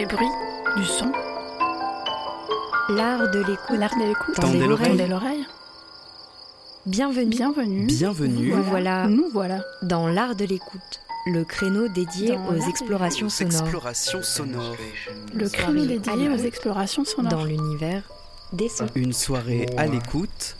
Des bruits, du son. L'art de l'écoute. L'art de l'écoute. Tendez l'oreille. Bienvenue. Nous voilà. Dans l'art de l'écoute, le créneau dédié aux explorations sonores. Le créneau dédié aux explorations sonores. Dans l'univers des sons. Une soirée à l'écoute.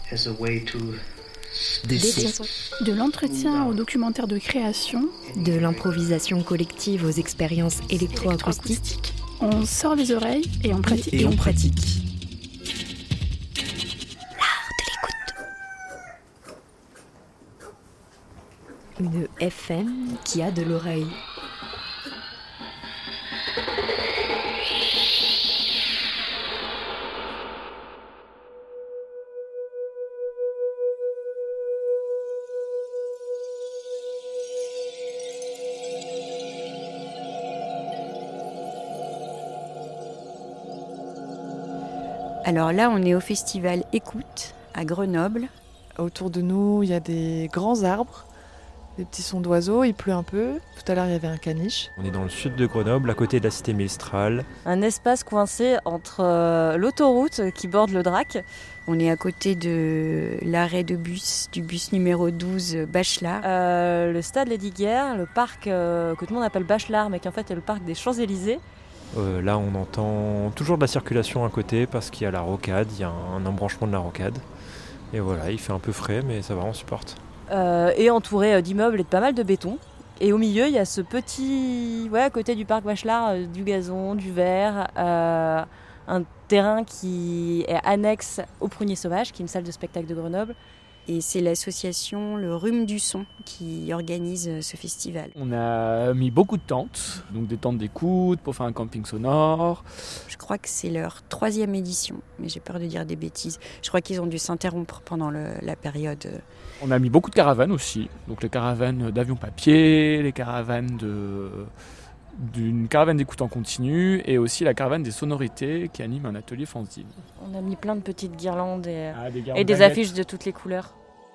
Des sons. De l'entretien au documentaire de création. De l'improvisation collective aux expériences électroacoustiques. On sort les oreilles et on pratique. L'art de l'écoute. Une FM qui a de l'oreille. Alors là, on est au festival Écoute à Grenoble. Autour de nous, il y a des grands arbres, des petits sons d'oiseaux, il pleut un peu. Tout à l'heure, il y avait un caniche. On est dans le sud de Grenoble, à côté de la cité Mistral. Un espace coincé entre l'autoroute qui borde le Drac. On est à côté de l'arrêt de bus, du bus numéro 12 Bachelard. Le stade Lesdiguières, le parc que tout le monde appelle Bachelard, mais qui en fait est le parc des Champs-Élysées. Là, on entend toujours de la circulation à côté parce qu'il y a la rocade, il y a un embranchement de la rocade. Et voilà, il fait un peu frais, mais ça va, on supporte. Et entouré d'immeubles et de pas mal de béton. Et au milieu, il y a ce petit... à côté du parc Bachelard, du gazon, du verre, un terrain qui est annexe au Prunier Sauvage, qui est une salle de spectacle de Grenoble. Et c'est l'association Le Rhume du Son qui organise ce festival. On a mis beaucoup de tentes, donc des tentes d'écoute pour faire un camping sonore. Je crois que c'est leur 3e édition, mais j'ai peur de dire des bêtises. Je crois qu'ils ont dû s'interrompre pendant la période. On a mis beaucoup de caravanes aussi, donc les caravanes d'avion papier, les caravanes d'une caravane d'écoute en continu et aussi la caravane des sonorités qui anime un atelier fanzine. On a mis plein de petites guirlandes et des des affiches de toutes les couleurs.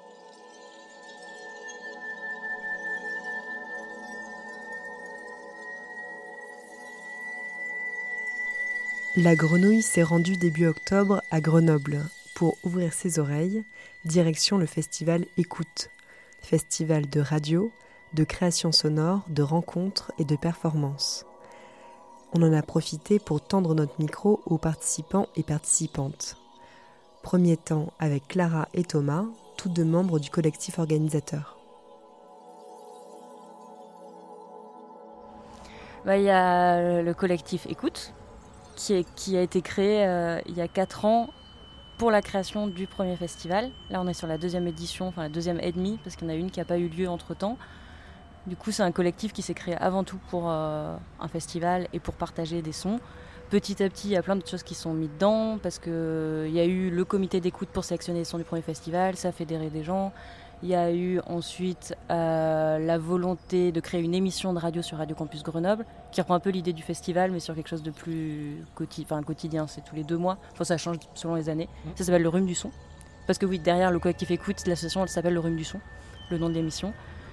La grenouille s'est rendue début octobre à Grenoble pour ouvrir ses oreilles, direction le festival Écoute, festival de radio, de création sonore, de rencontres et de performances. On en a profité pour tendre notre micro aux participants et participantes. Premier temps avec Clara et Thomas, tous deux membres du collectif organisateur. Il y a le collectif Écoute, qui a été créé il y a 4 ans pour la création du premier festival. Là, on est sur la 2e édition, enfin la 2e et demie, parce qu'il y en a une qui n'a pas eu lieu entre-temps. Du coup, c'est un collectif qui s'est créé avant tout pour un festival et pour partager des sons. Petit à petit, il y a plein de choses qui sont mises dedans, parce qu'il y a eu le comité d'écoute pour sélectionner les sons du premier festival, ça a fédéré des gens. Il y a eu ensuite la volonté de créer une émission de radio sur Radio Campus Grenoble, qui reprend un peu l'idée du festival, mais sur quelque chose de plus quotidien, c'est tous les 2 mois. Enfin, ça change selon les années. Ça s'appelle Le Rhume du Son. Parce que oui, derrière le collectif Écoute, l'association, elle s'appelle Le Rhume du Son, le nom de l'émission.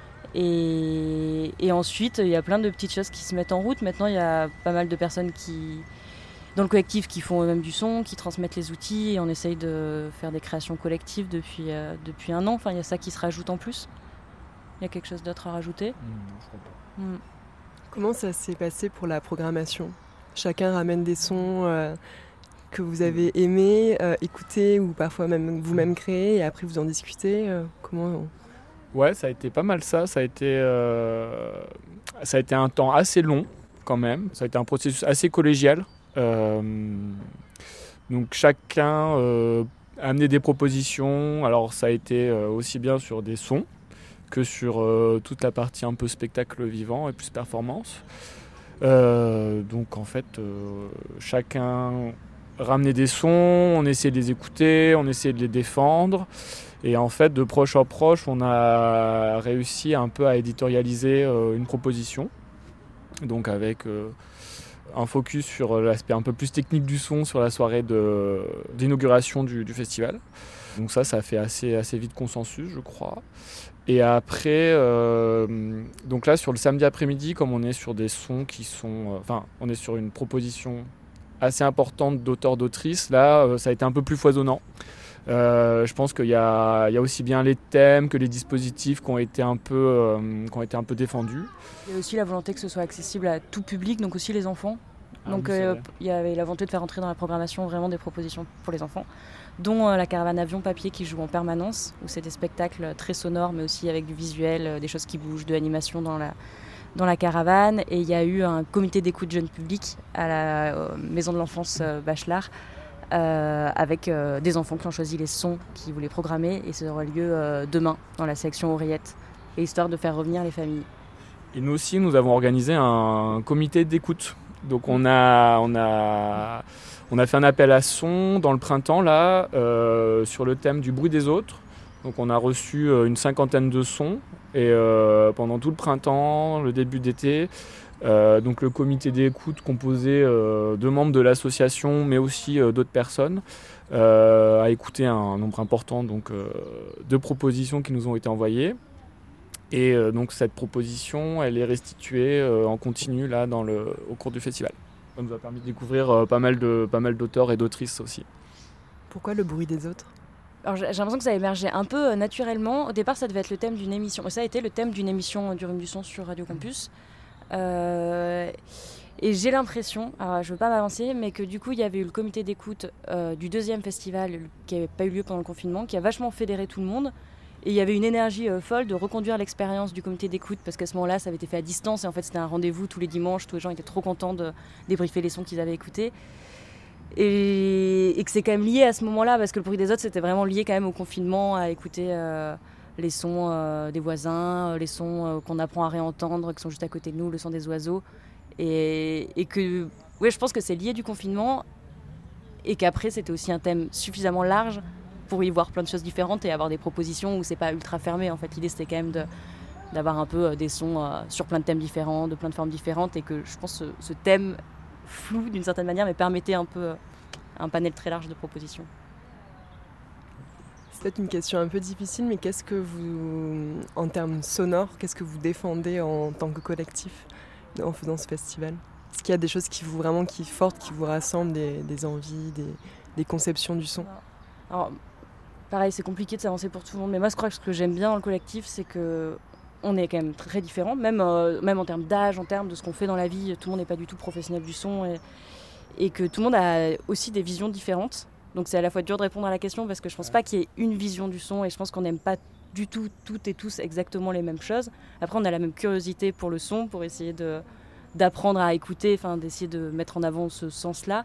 Et ensuite, il y a plein de petites choses qui se mettent en route. Maintenant, il y a pas mal de personnes dans le collectif qui font eux-mêmes du son, qui transmettent les outils, et on essaye de faire des créations collectives depuis 1 an. Enfin, il y a ça qui se rajoute en plus. Il y a quelque chose d'autre à rajouter. Je crois pas. Comment ça s'est passé pour la programmation ? Chacun ramène des sons que vous avez aimés, écoutés ou parfois même vous-même créés, et après vous en discutez. Comment Ouais, ça a été pas mal ça. Ça a été un temps assez long quand même. Ça a été un processus assez collégial. Donc chacun a amené des propositions. Alors ça a été aussi bien sur des sons que sur toute la partie un peu spectacle vivant et plus performance. Donc en fait, chacun ramenait des sons, on essayait de les écouter, on essayait de les défendre. Et en fait, de proche en proche, on a réussi un peu à éditorialiser une proposition. Donc avec un focus sur l'aspect un peu plus technique du son sur la soirée d'inauguration du festival. Donc ça a fait assez vite consensus, je crois. Et après, donc là sur le samedi après-midi, comme on est sur des sons qui sont... on est sur une proposition assez importante d'auteurs-d'autrices, là ça a été un peu plus foisonnant. Je pense qu'il y a aussi bien les thèmes que les dispositifs qui ont été un peu défendus. Il y a aussi la volonté que ce soit accessible à tout public, donc aussi les enfants. Donc il y avait la volonté de faire entrer dans la programmation vraiment des propositions pour les enfants, dont la caravane avion papier qui joue en permanence, où c'est des spectacles très sonores mais aussi avec du visuel, des choses qui bougent, de l'animation dans la caravane. Et il y a eu un comité d'écoute jeune public à la maison de l'enfance Bachelard, avec des enfants qui ont choisi les sons qu'ils voulaient programmer, et ça aura lieu demain dans la section oreillettes, et histoire de faire revenir les familles. Et nous aussi, nous avons organisé un comité d'écoute. Donc on a fait un appel à son dans le printemps là, sur le thème du bruit des autres. Donc on a reçu une 50aine de sons, et pendant tout le printemps, le début d'été, donc le comité d'écoute composé de membres de l'association mais aussi d'autres personnes a écouté un nombre important de propositions qui nous ont été envoyées. Et donc cette proposition, elle est restituée en continu là au cours du festival. Ça nous a permis de découvrir pas mal d'auteurs et d'autrices aussi. Pourquoi le bruit des autres ? Alors, j'ai l'impression que ça a émergé un peu naturellement. Au départ, ça devait être le thème d'une émission. Ça a été le thème d'une émission du Rhume du Son sur Radio Campus. Et j'ai l'impression, alors je ne veux pas m'avancer, mais que du coup, il y avait eu le comité d'écoute du deuxième festival qui n'avait pas eu lieu pendant le confinement, qui a vachement fédéré tout le monde. Et il y avait une énergie folle de reconduire l'expérience du comité d'écoute, parce qu'à ce moment-là, ça avait été fait à distance. Et en fait, c'était un rendez-vous tous les dimanches. Tous les gens étaient trop contents de débriefer les sons qu'ils avaient écoutés. Et que c'est quand même lié à ce moment-là, parce que le bruit des autres, c'était vraiment lié quand même au confinement, à écouter les sons des voisins, les sons qu'on apprend à réentendre, qui sont juste à côté de nous, le son des oiseaux. Et que, ouais, je pense que c'est lié du confinement, et qu'après, c'était aussi un thème suffisamment large pour y voir plein de choses différentes et avoir des propositions où c'est pas ultra fermé. En fait, l'idée, c'était quand même d'avoir un peu des sons sur plein de thèmes différents, de plein de formes différentes, et que je pense que ce thème flou d'une certaine manière, mais permettait un peu un panel très large de propositions. C'est peut-être une question un peu difficile, mais qu'est-ce que vous, en termes sonores, qu'est-ce que vous défendez en tant que collectif en faisant ce festival ? Est-ce qu'il y a des choses qui vous rassemblent, des envies, des conceptions du son ? Alors, pareil, c'est compliqué de s'avancer pour tout le monde, mais moi je crois que ce que j'aime bien dans le collectif, c'est que on est quand même très différents, même en termes d'âge, en termes de ce qu'on fait dans la vie. Tout le monde n'est pas du tout professionnel du son, et que tout le monde a aussi des visions différentes. Donc c'est à la fois dur de répondre à la question, parce que je pense pas qu'il y ait une vision du son, et je pense qu'on n'aime pas du tout toutes et tous exactement les mêmes choses. Après, on a la même curiosité pour le son, pour essayer d'apprendre à écouter, d'essayer de mettre en avant ce sens-là.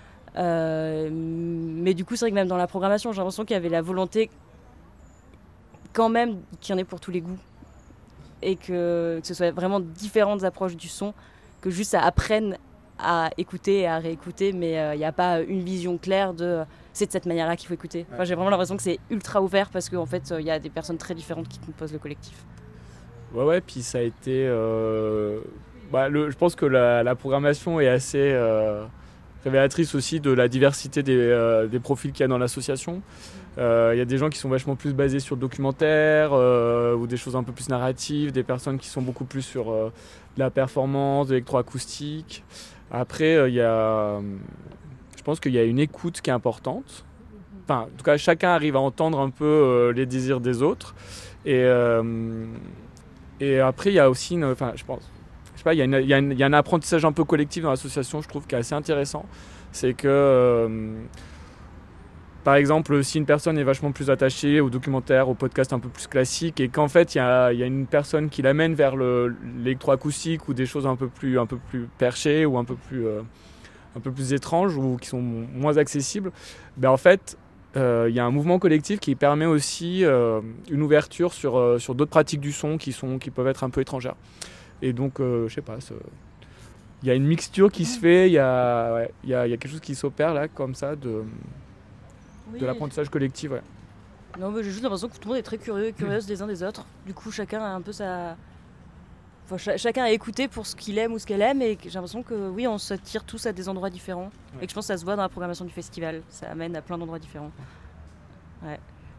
Mais du coup, c'est vrai que même dans la programmation, j'ai l'impression qu'il y avait la volonté quand même qu'il y en ait pour tous les goûts, et que ce soit vraiment différentes approches du son, que juste ça apprenne à écouter et à réécouter, mais il n'y a pas une vision claire de c'est de cette manière-là qu'il faut écouter. Enfin, j'ai vraiment l'impression que c'est ultra ouvert, parce qu'en fait, il y a des personnes très différentes qui composent le collectif. Ouais, puis ça a été... je pense que la programmation est assez révélatrice aussi de la diversité des profils qu'il y a dans l'association. Il y a des gens qui sont vachement plus basés sur le documentaire, ou des choses un peu plus narratives, des personnes qui sont beaucoup plus sur de la performance, de l'électroacoustique. Après, je pense qu'il y a une écoute qui est importante. Enfin, en tout cas, chacun arrive à entendre un peu les désirs des autres. Et après, il y a aussi, il y a un apprentissage un peu collectif dans l'association, je trouve, qui est assez intéressant. C'est que, par exemple, si une personne est vachement plus attachée au documentaire, au podcast un peu plus classique, et qu'en fait, il y a une personne qui l'amène vers l'électroacoustique ou des choses un peu plus perchées ou un peu plus étranges ou qui sont moins accessibles, en fait, il y a un mouvement collectif qui permet aussi une ouverture sur d'autres pratiques du son qui peuvent être un peu étrangères. Et donc, je sais pas, il y a une mixture qui se fait, il y a quelque chose qui s'opère là, comme ça, de l'apprentissage collectif. Ouais. Non, mais j'ai juste l'impression que tout le monde est très curieuse des uns des autres. Du coup, chacun a un peu chacun a écouté pour ce qu'il aime ou ce qu'elle aime, et j'ai l'impression que oui, on s'attire tous à des endroits différents, et que je pense que ça se voit dans la programmation du festival. Ça amène à plein d'endroits différents. Ouais.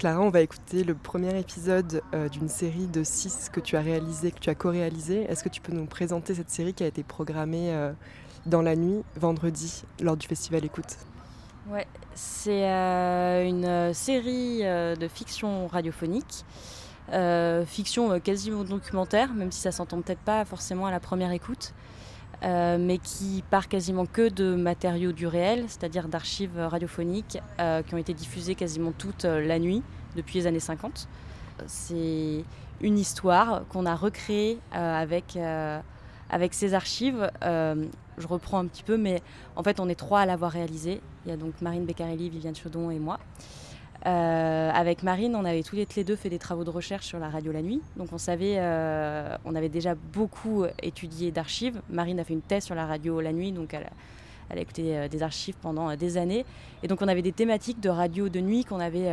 Clara, on va écouter le premier épisode d'une série de 6 que tu as réalisé, que tu as co-réalisé. Est-ce que tu peux nous présenter cette série qui a été programmée dans la nuit, vendredi, lors du festival Écoute ? Ouais, c'est une série de fiction radiophonique, fiction quasiment documentaire, même si ça s'entend peut-être pas forcément à la première écoute, mais qui part quasiment que de matériaux du réel, c'est-à-dire d'archives radiophoniques qui ont été diffusées quasiment toute la nuit depuis les années 50. C'est une histoire qu'on a recréée avec ces archives. Je reprends un petit peu, mais en fait on est 3 à l'avoir réalisée. Il y a donc Marine Beccarelli, Viviane Chaudon et moi. Avec Marine, on avait tous les deux fait des travaux de recherche sur la radio la nuit. Donc on savait, on avait déjà beaucoup étudié d'archives. Marine a fait une thèse sur la radio la nuit, donc elle a écouté des archives pendant des années. Et donc on avait des thématiques de radio de nuit qu'on avait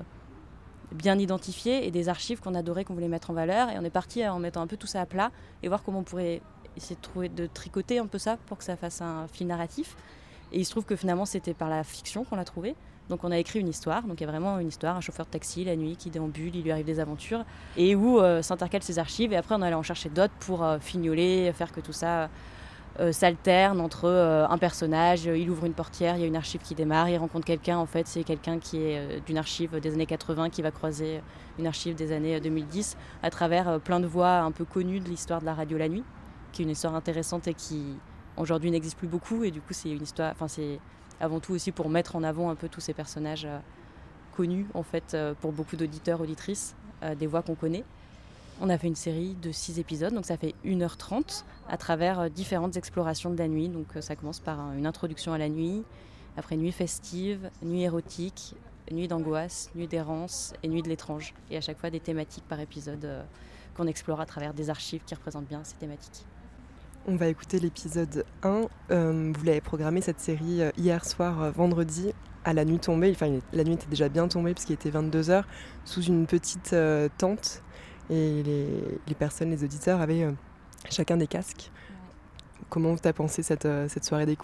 bien identifiées et des archives qu'on adorait, qu'on voulait mettre en valeur. Et on est parti en mettant un peu tout ça à plat et voir comment on pourrait essayer de tricoter un peu ça pour que ça fasse un fil narratif. Et il se trouve que finalement c'était par la fiction qu'on l'a trouvé. Donc on a écrit une histoire, donc il y a vraiment une histoire, un chauffeur de taxi la nuit qui déambule, il lui arrive des aventures, et où s'intercalent ces archives, et après on allait en chercher d'autres pour fignoler, faire que tout ça s'alterne entre un personnage, il ouvre une portière, il y a une archive qui démarre, il rencontre quelqu'un, en fait c'est quelqu'un qui est d'une archive des années 80 qui va croiser une archive des années 2010 à travers plein de voix un peu connues de l'histoire de la radio la nuit, qui est une histoire intéressante et qui aujourd'hui n'existe plus beaucoup, et du coup c'est une histoire, enfin c'est avant tout aussi pour mettre en avant un peu tous ces personnages connus en fait pour beaucoup d'auditeurs, auditrices, des voix qu'on connaît. On a fait une série de 6 épisodes, donc ça fait 1h30 à travers différentes explorations de la nuit. Donc ça commence par une introduction à la nuit, après nuit festive, nuit érotique, nuit d'angoisse, nuit d'errance et nuit de l'étrange. Et à chaque fois des thématiques par épisode qu'on explore à travers des archives qui représentent bien ces thématiques. On va écouter l'épisode 1. Vous l'avez programmé cette série hier soir, vendredi, à la nuit tombée. Enfin, la nuit était déjà bien tombée puisqu'il était 22h, sous une petite tente. Et les personnes, les auditeurs avaient chacun des casques. Ouais. Comment tu as pensé cette soirée d'écoute ?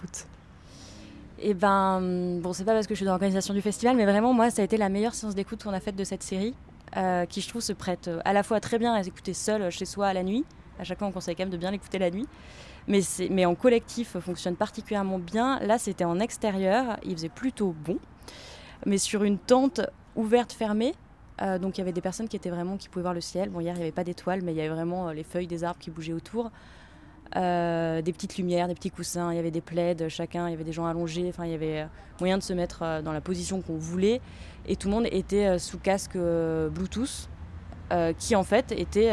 Eh ben, bon, c'est pas parce que je suis dans l'organisation du festival, mais vraiment, moi, ça a été la meilleure séance d'écoute qu'on a faite de cette série, qui, je trouve, se prête à la fois très bien à écouter seul chez soi à la nuit. À chaque fois, on conseille quand même de bien l'écouter la nuit. Mais en collectif, fonctionne particulièrement bien. Là, c'était en extérieur. Il faisait plutôt bon. Mais sur une tente ouverte, fermée. Donc, il y avait des personnes qui pouvaient voir le ciel. Bon, hier, il n'y avait pas d'étoiles, mais il y avait vraiment les feuilles des arbres qui bougeaient autour. Des petites lumières, des petits coussins. Il y avait des plaids, chacun. Il y avait des gens allongés. Enfin, il y avait moyen de se mettre dans la position qu'on voulait. Et tout le monde était sous casque Bluetooth, qui, en fait, était...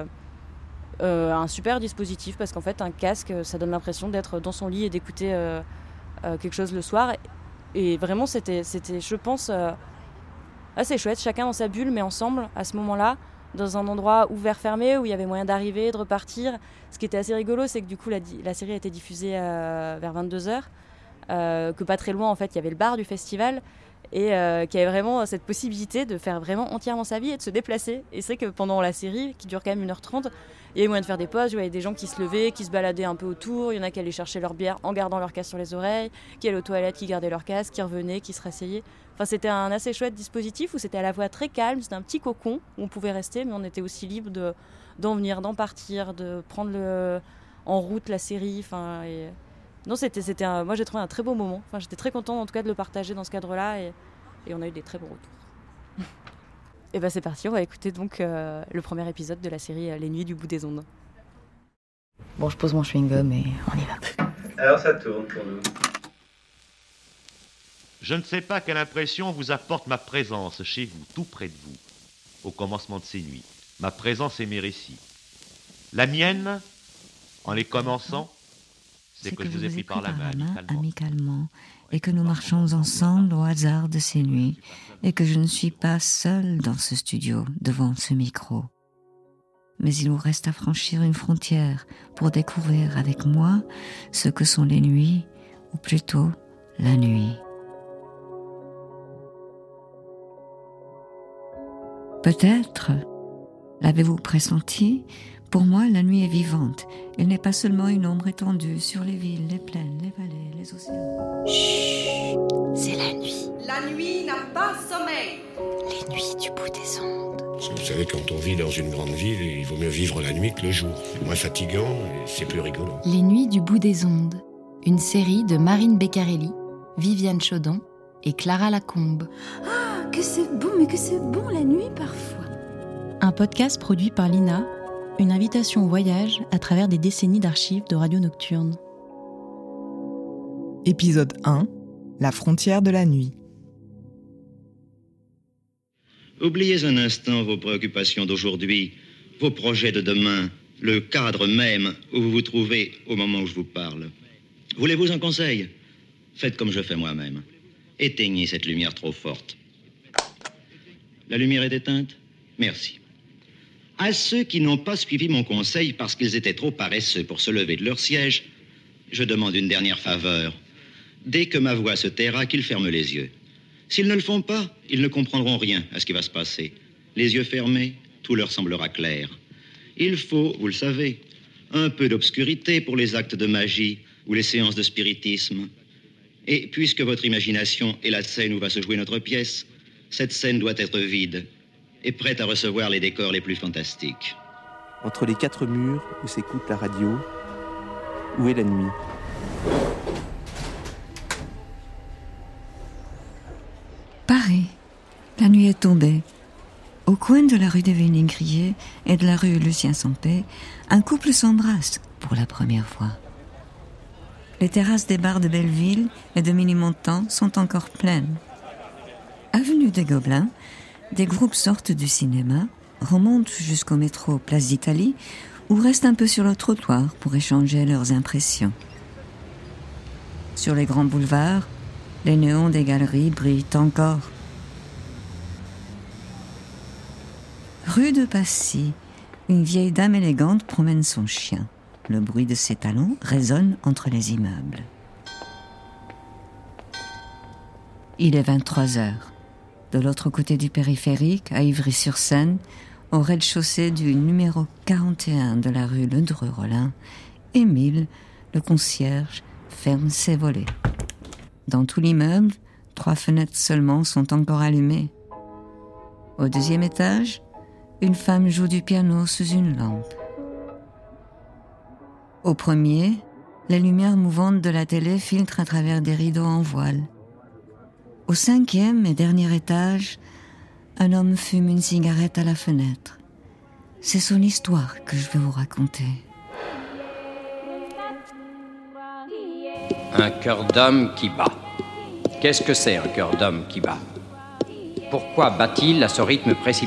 un super dispositif parce qu'en fait un casque ça donne l'impression d'être dans son lit et d'écouter quelque chose le soir et vraiment c'était je pense assez chouette, chacun dans sa bulle mais ensemble à ce moment-là dans un endroit ouvert fermé où il y avait moyen d'arriver, de repartir. Ce qui était assez rigolo c'est que du coup la série a été diffusée vers 22h, que pas très loin en fait il y avait le bar du festival et qui avait vraiment cette possibilité de faire vraiment entièrement sa vie et de se déplacer. Et c'est que pendant la série, qui dure quand même 1h30, il y avait moyen de faire des pauses, il y avait des gens qui se levaient, qui se baladaient un peu autour, il y en a qui allaient chercher leur bière en gardant leur casque sur les oreilles, qui allaient aux toilettes, qui gardaient leur casque, qui revenaient, qui se rasseyaient. Enfin, c'était un assez chouette dispositif où c'était à la fois très calme, c'était un petit cocon où on pouvait rester, mais on était aussi libre d'en venir, d'en partir, de prendre en route la série. Enfin, non, moi j'ai trouvé un très beau moment. Enfin, j'étais très contente en tout cas de le partager dans ce cadre-là et on a eu des très bons retours. Et ben c'est parti, on va écouter donc le premier épisode de la série Les Nuits du bout des ondes. Bon, je pose mon chewing-gum et on y va. Alors ça tourne pour nous. Je ne sais pas quelle impression vous apporte ma présence chez vous, tout près de vous, au commencement de ces nuits. Ma présence et mes récits. La mienne, en les commençant, c'est que je vous ai pris par la main amicalement, et que nous marchons ensemble au hasard de ces nuits, et que je ne suis pas seule dans ce studio, devant ce micro. Mais il vous reste à franchir une frontière pour découvrir avec moi ce que sont les nuits, ou plutôt la nuit. Peut-être, l'avez-vous pressenti ? Pour moi, la nuit est vivante. Elle n'est pas seulement une ombre étendue sur les villes, les plaines, les vallées, les océans. Chut, c'est la nuit. La nuit n'a pas sommeil. Les nuits du bout des ondes. Vous savez, quand on vit dans une grande ville, il vaut mieux vivre la nuit que le jour. C'est moins fatigant et c'est plus rigolo. Les nuits du bout des ondes. Une série de Marine Beccarelli, Viviane Chaudon et Clara Lacombe. Ah, que c'est bon, mais que c'est bon la nuit parfois. Un podcast produit par l'INA, une invitation au voyage à travers des décennies d'archives de radio nocturne. Épisode 1, la frontière de la nuit. Oubliez un instant vos préoccupations d'aujourd'hui, vos projets de demain, le cadre même où vous vous trouvez au moment où je vous parle. Voulez-vous un conseil ? Faites comme je fais moi-même. Éteignez cette lumière trop forte. La lumière est éteinte ? Merci. À ceux qui n'ont pas suivi mon conseil parce qu'ils étaient trop paresseux pour se lever de leur siège, je demande une dernière faveur. Dès que ma voix se taira, qu'ils ferment les yeux. S'ils ne le font pas, ils ne comprendront rien à ce qui va se passer. Les yeux fermés, tout leur semblera clair. Il faut, vous le savez, un peu d'obscurité pour les actes de magie ou les séances de spiritisme. Et puisque votre imagination est la scène où va se jouer notre pièce, cette scène doit être vide et prête à recevoir les décors les plus fantastiques. Entre les quatre murs où s'écoute la radio, où est la nuit ? Paris. La nuit est tombée. Au coin de la rue des Vélingriers et de la rue Lucien-Sampé, un couple s'embrasse pour la première fois. Les terrasses des bars de Belleville et de Ménilmontant sont encore pleines. Avenue des Gobelins, des groupes sortent du cinéma, remontent jusqu'au métro Place d'Italie ou restent un peu sur le trottoir pour échanger leurs impressions. Sur les grands boulevards, les néons des galeries brillent encore. Rue de Passy, une vieille dame élégante promène son chien. Le bruit de ses talons résonne entre les immeubles. Il est 23h. De l'autre côté du périphérique, à Ivry-sur-Seine, au rez-de-chaussée du numéro 41 de la rue Ledru-Rollin, Émile, le concierge, ferme ses volets. Dans tout l'immeuble, 3 fenêtres seulement sont encore allumées. Au 2e étage, une femme joue du piano sous une lampe. Au 1er, les lumières mouvantes de la télé filtrent à travers des rideaux en voile. Au 5e et dernier étage, un homme fume une cigarette à la fenêtre. C'est son histoire que je vais vous raconter. Un cœur d'homme qui bat. Qu'est-ce que c'est un cœur d'homme qui bat ? Pourquoi bat-il à ce rythme précipité ?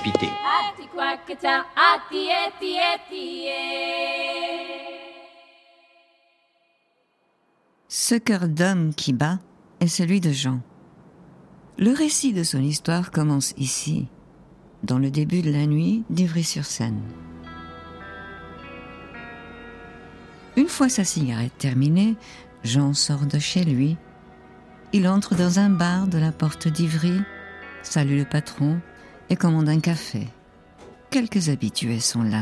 Ce cœur d'homme qui bat est celui de Jean. Le récit de son histoire commence ici, dans le début de la nuit d'Ivry-sur-Seine. Une fois sa cigarette terminée, Jean sort de chez lui. Il entre dans un bar de la porte d'Ivry, salue le patron et commande un café. Quelques habitués sont là.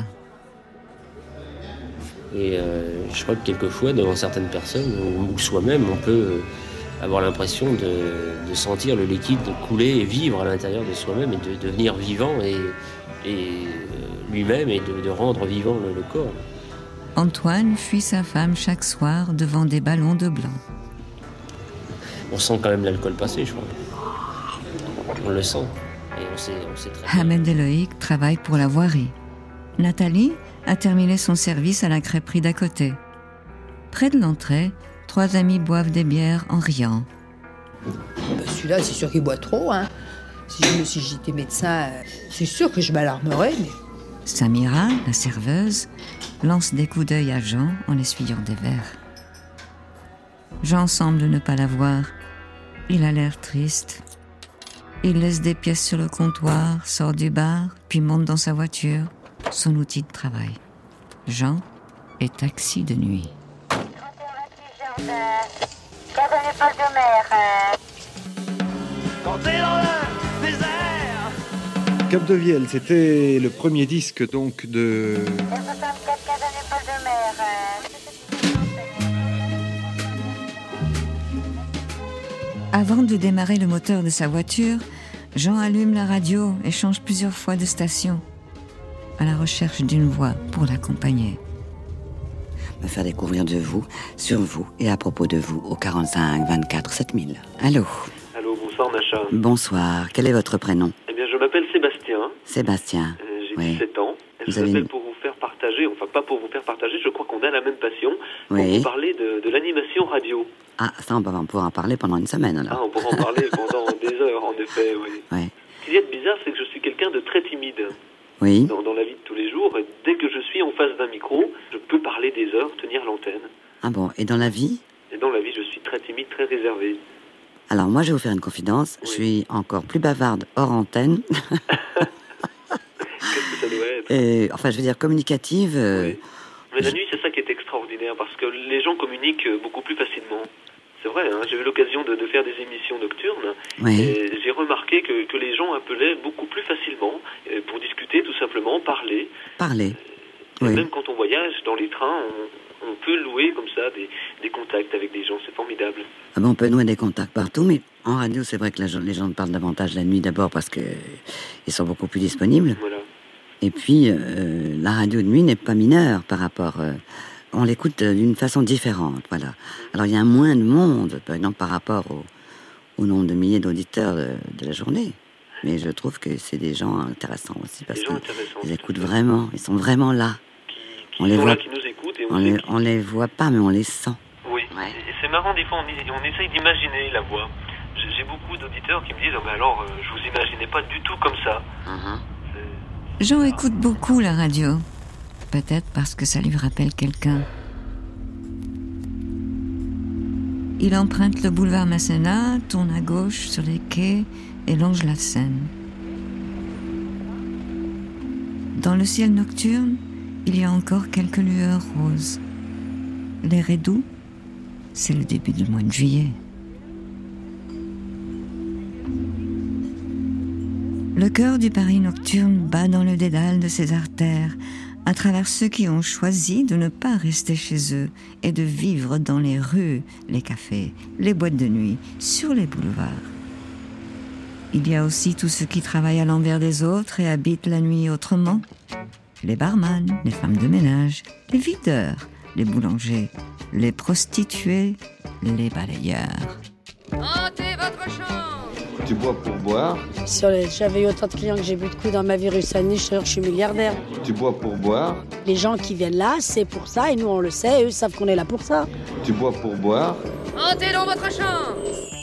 Et je crois que quelquefois, devant certaines personnes, ou soi-même, on peut avoir l'impression de sentir le liquide couler et vivre à l'intérieur de soi-même et de devenir vivant et lui-même et de rendre vivant le corps. Antoine fuit sa femme chaque soir devant des ballons de blanc. On sent quand même l'alcool passer, je crois. On le sent. Et on sait très bien. Ahmed et Loïc travaillent pour la voirie. Nathalie a terminé son service à la crêperie d'à côté. Près de l'entrée, 3 amis boivent des bières en riant. Celui-là, c'est sûr qu'il boit trop. Hein. Si j'étais médecin, c'est sûr que je m'alarmerais. Mais... Samira, la serveuse, lance des coups d'œil à Jean en essuyant des verres. Jean semble ne pas la voir. Il a l'air triste. Il laisse des pièces sur le comptoir, sort du bar, puis monte dans sa voiture, son outil de travail. Jean est taxi de nuit. Quand t'es dans le désert. Cap de Vielle, c'était le premier disque donc de... Avant de démarrer le moteur de sa voiture, Jean allume la radio et change plusieurs fois de station, à la recherche d'une voix pour l'accompagner. Me faire découvrir de vous, sur vous et à propos de vous au 45 24 7000. Allô ? Allô, bonsoir Macha. Bonsoir, quel est votre prénom ? Eh bien, je m'appelle Sébastien. Sébastien. J'ai 17 ans. Je vous appelle pour vous faire partager, enfin pas pour vous faire partager, je crois qu'on a la même passion, pour vous parler de l'animation radio. Ah, ça on va pouvoir en parler pendant une semaine alors. Ah, on pourra en parler pendant des heures en effet, oui. Ouais. Ce qu'il y a de bizarre, c'est que je suis quelqu'un de très timide. Oui. Dans la vie de tous les jours, et dès que je suis en face d'un micro, je peux parler des heures, tenir l'antenne. Ah bon, et dans la vie ? Et dans la vie, je suis très timide, très réservé. Alors moi, je vais vous faire une confidence. Oui. Je suis encore plus bavarde hors antenne. Qu'est-ce que ça doit être ? Et, enfin, je veux dire communicative. Oui. Mais la nuit, c'est ça qui est extraordinaire, parce que les gens communiquent beaucoup plus facilement. C'est vrai, hein, j'ai eu l'occasion de faire des émissions nocturnes, et j'ai remarqué que les gens appelaient beaucoup plus facilement pour discuter, tout simplement, parler. Et même quand on voyage dans les trains, on peut louer comme ça des contacts avec des gens, c'est formidable. Ah bon, on peut nouer des contacts partout, mais en radio, c'est vrai que les gens parlent davantage la nuit d'abord parce qu'ils sont beaucoup plus disponibles. Voilà. Et puis, la radio de nuit n'est pas mineure par rapport... on l'écoute d'une façon différente, voilà. Alors, il y a moins de monde, par exemple, par rapport au nombre de milliers d'auditeurs de la journée. Mais je trouve que c'est des gens intéressants aussi, parce qu'ils écoutent vraiment, ils sont vraiment là. Qui nous écoutent et on les voit pas, mais on les sent. Oui, et c'est marrant, des fois, on essaye d'imaginer la voix. J'ai beaucoup d'auditeurs qui me disent « mais alors, je vous imaginais pas du tout comme ça. Jean écoute beaucoup la radio. Peut-être parce que ça lui rappelle quelqu'un. Il emprunte le boulevard Masséna, tourne à gauche sur les quais et longe la Seine. Dans le ciel nocturne, il y a encore quelques lueurs roses. L'air est doux, c'est le début du mois de juillet. Le cœur du Paris nocturne bat dans le dédale de ses artères, à travers ceux qui ont choisi de ne pas rester chez eux et de vivre dans les rues, les cafés, les boîtes de nuit, sur les boulevards. Il y a aussi tous ceux qui travaillent à l'envers des autres et habitent la nuit autrement. Les barman, les femmes de ménage, les videurs, les boulangers, les prostituées, les balayeurs. Hantez votre chambre. Tu bois pour boire. J'avais eu autant de clients que j'ai bu de coups dans ma vie rue Saint-Denis, je suis milliardaire. Tu bois pour boire. Les gens qui viennent là, c'est pour ça, et nous on le sait, eux savent qu'on est là pour ça. Tu bois pour boire. Entrez dans votre chambre.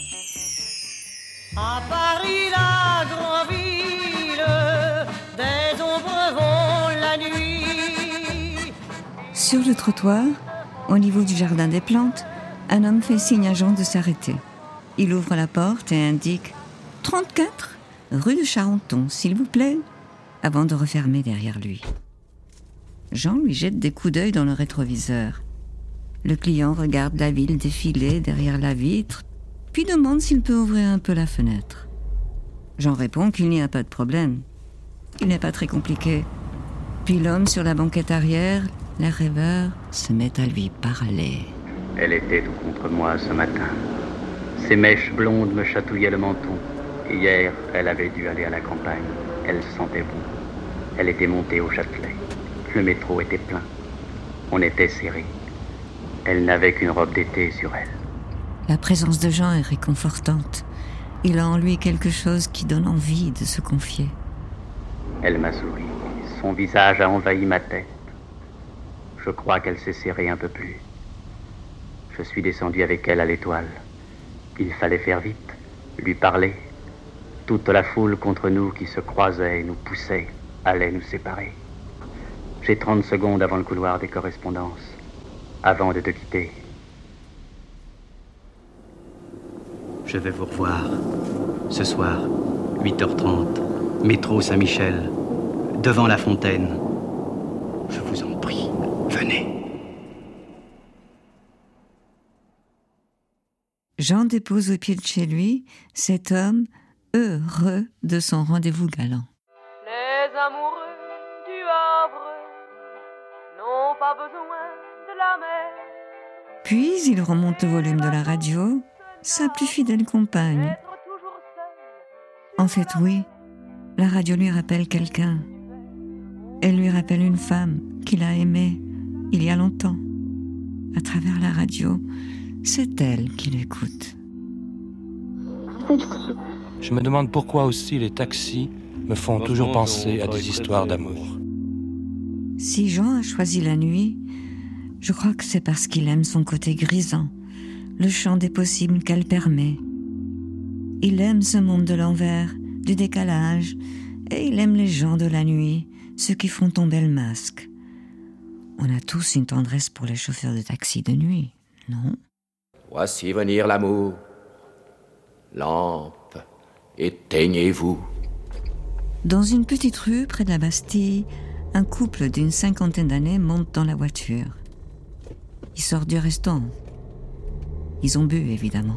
À Paris, la grande ville, des ombres vont la nuit. Sur le trottoir, au niveau du jardin des plantes, un homme fait signe à Jean de s'arrêter. Il ouvre la porte et indique 34 rue de Charenton, s'il vous plaît, avant de refermer derrière lui. Jean lui jette des coups d'œil dans le rétroviseur. Le client regarde la ville défiler derrière la vitre, puis demande s'il peut ouvrir un peu la fenêtre. Jean répond qu'il n'y a pas de problème. Il n'est pas très compliqué. Puis l'homme sur la banquette arrière, l'air rêveur, se met à lui parler. Elle était tout contre moi ce matin. Ses mèches blondes me chatouillaient le menton. Hier, elle avait dû aller à la campagne. Elle sentait bon. Elle était montée au Châtelet. Le métro était plein. On était serrés. Elle n'avait qu'une robe d'été sur elle. La présence de Jean est réconfortante. Il a en lui quelque chose qui donne envie de se confier. Elle m'a souri. Son visage a envahi ma tête. Je crois qu'elle s'est serrée un peu plus. Je suis descendu avec elle à l'Étoile. Il fallait faire vite, lui parler. Toute la foule contre nous qui se croisait et nous poussait allait nous séparer. J'ai 30 secondes avant le couloir des correspondances, avant de te quitter. Je vais vous revoir ce soir, 8h30, métro Saint-Michel, devant la fontaine. Je vous en prie, venez. Jean dépose au pied de chez lui cet homme heureux de son rendez-vous galant. Les amoureux du Havre n'ont pas besoin de la mer. Puis il remonte le volume de la radio sa plus fidèle compagne. En fait, oui, la radio lui rappelle quelqu'un. Elle lui rappelle une femme qu'il a aimée il y a longtemps. À travers la radio, c'est elle qui l'écoute. Je me demande pourquoi aussi les taxis me font toujours penser à des histoires d'amour. Si Jean a choisi la nuit, je crois que c'est parce qu'il aime son côté grisant, le champ des possibles qu'elle permet. Il aime ce monde de l'envers, du décalage, et il aime les gens de la nuit, ceux qui font tomber le masque. On a tous une tendresse pour les chauffeurs de taxi de nuit, non ? Voici venir l'amour. Lampe, éteignez-vous. Dans une petite rue près de la Bastille, un couple d'une 50aine d'années monte dans la voiture. Ils sortent du restaurant. Ils ont bu, évidemment.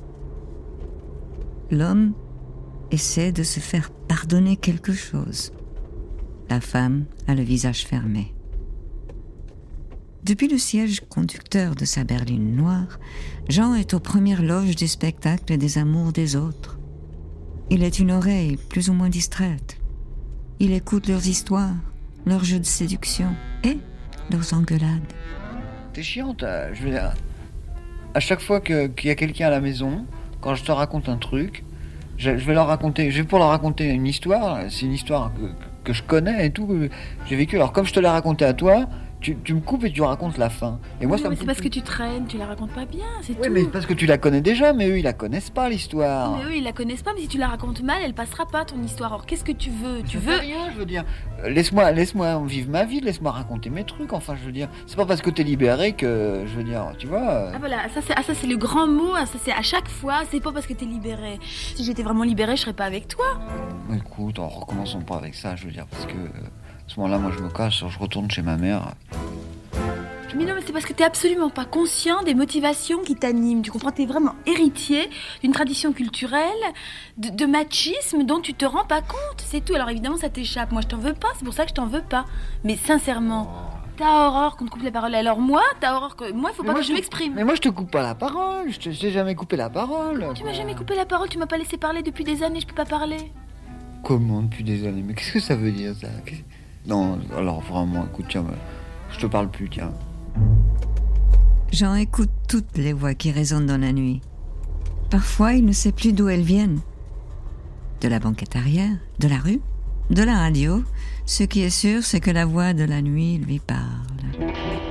L'homme essaie de se faire pardonner quelque chose. La femme a le visage fermé. Depuis le siège conducteur de sa berline noire, Jean est aux premières loges des spectacles et des amours des autres. Il est une oreille plus ou moins distraite. Il écoute leurs histoires, leurs jeux de séduction et leurs engueulades. T'es chiante, je veux dire. À chaque fois qu'il y a quelqu'un à la maison, quand je te raconte un truc, je vais pour leur raconter une histoire. C'est une histoire que je connais et tout, que j'ai vécu. Alors comme je te l'ai raconté à toi, tu me coupes et tu racontes la fin. Et moi, mais c'est parce que tu traînes, tu la racontes pas bien, c'est tout. Oui, mais parce que tu la connais déjà, mais eux, ils la connaissent pas, l'histoire. Mais eux, ils la connaissent pas, mais si tu la racontes mal, elle passera pas, ton histoire. Alors, qu'est-ce que tu veux ? Tu veux rien, je veux dire. Laisse-moi vivre ma vie, laisse-moi raconter mes trucs, enfin, je veux dire. C'est pas parce que t'es libéré que, je veux dire, tu vois... Ah voilà, ça c'est le grand mot, ça c'est à chaque fois, c'est pas parce que t'es libéré. Si j'étais vraiment libérée, je serais pas avec toi. Écoute, recommençons pas avec ça, je veux dire, parce que... À ce moment-là, moi, je me casse, je retourne chez ma mère. Mais non, mais c'est parce que t'es absolument pas conscient des motivations qui t'animent. Tu comprends ? T'es vraiment héritier d'une tradition culturelle, de machisme dont tu te rends pas compte. C'est tout. Alors évidemment, ça t'échappe. Moi, je t'en veux pas. C'est pour ça que je t'en veux pas. Mais sincèrement, t'as horreur qu'on te coupe la parole. Alors moi, t'as horreur que... Moi, il faut pas que je m'exprime. Mais moi, je te coupe pas la parole. Je t'ai jamais coupé la parole. Tu m'as jamais coupé la parole. Tu m'as pas laissé parler depuis des années. Je peux pas parler. Comment depuis des années ? Mais qu'est-ce que ça veut dire, ça ? Non, alors vraiment, écoute, tiens, je te parle plus, tiens. Jean écoute toutes les voix qui résonnent dans la nuit. Parfois, il ne sait plus d'où elles viennent. De la banquette arrière, de la rue, de la radio. Ce qui est sûr, c'est que la voix de la nuit lui parle.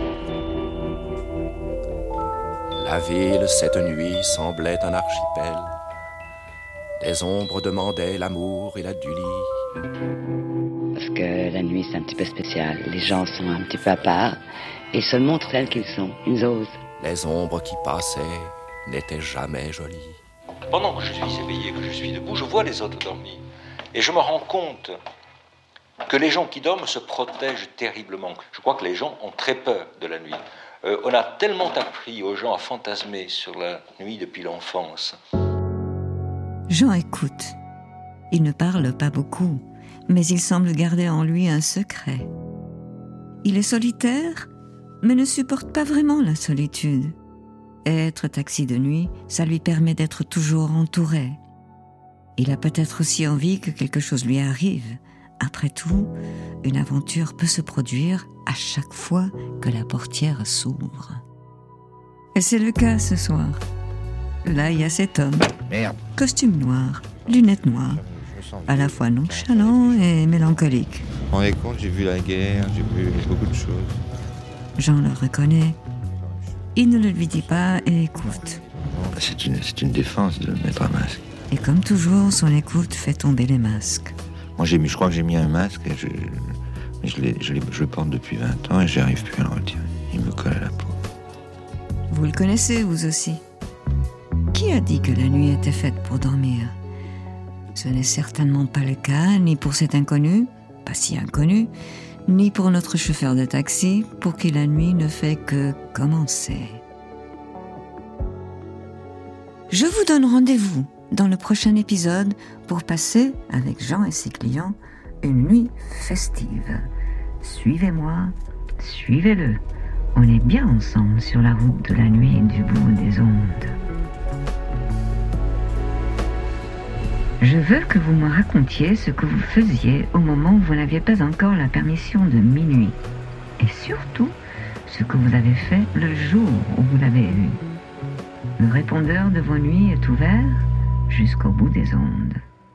La ville, cette nuit, semblait un archipel. Des ombres demandaient l'amour et la dulie. Parce que la nuit, c'est un petit peu spécial. Les gens sont un petit peu à part. Ils se montrent tels qu'ils sont. Ils osent. Les ombres qui passaient n'étaient jamais jolies. Pendant que je suis éveillé, que je suis debout, je vois les autres dormir. Et je me rends compte que les gens qui dorment se protègent terriblement. Je crois que les gens ont très peur de la nuit. On a tellement appris aux gens à fantasmer sur la nuit depuis l'enfance. Jean écoute. Il ne parle pas beaucoup, mais il semble garder en lui un secret. Il est solitaire, mais ne supporte pas vraiment la solitude. Être taxi de nuit, ça lui permet d'être toujours entouré. Il a peut-être aussi envie que quelque chose lui arrive. Après tout, une aventure peut se produire à chaque fois que la portière s'ouvre. Et c'est le cas ce soir. Là, il y a cet homme. Merde. Costume noir, lunettes noires, à la fois nonchalant et mélancolique. Vous vous rendez compte, j'ai vu la guerre, j'ai vu beaucoup de choses. Jean le reconnaît. Il ne le lui dit pas et écoute. C'est une défense de mettre un masque. Et comme toujours, son écoute fait tomber les masques. Moi, je crois que j'ai mis un masque et je le porte depuis 20 ans et j'arrive plus à le retirer. Il me colle à la peau. Vous le connaissez, vous aussi. Qui a dit que la nuit était faite pour dormir ? Ce n'est certainement pas le cas, ni pour cet inconnu, pas si inconnu, ni pour notre chauffeur de taxi, pour qui la nuit ne fait que commencer. Je vous donne rendez-vous dans le prochain épisode pour passer, avec Jean et ses clients, une nuit festive. Suivez-moi, suivez-le. On est bien ensemble sur la route de la nuit et du bout des ondes. Je veux que vous me racontiez ce que vous faisiez au moment où vous n'aviez pas encore la permission de minuit. Et surtout, ce que vous avez fait le jour où vous l'avez eu. Le répondeur de vos nuits est ouvert jusqu'au bout des ondes.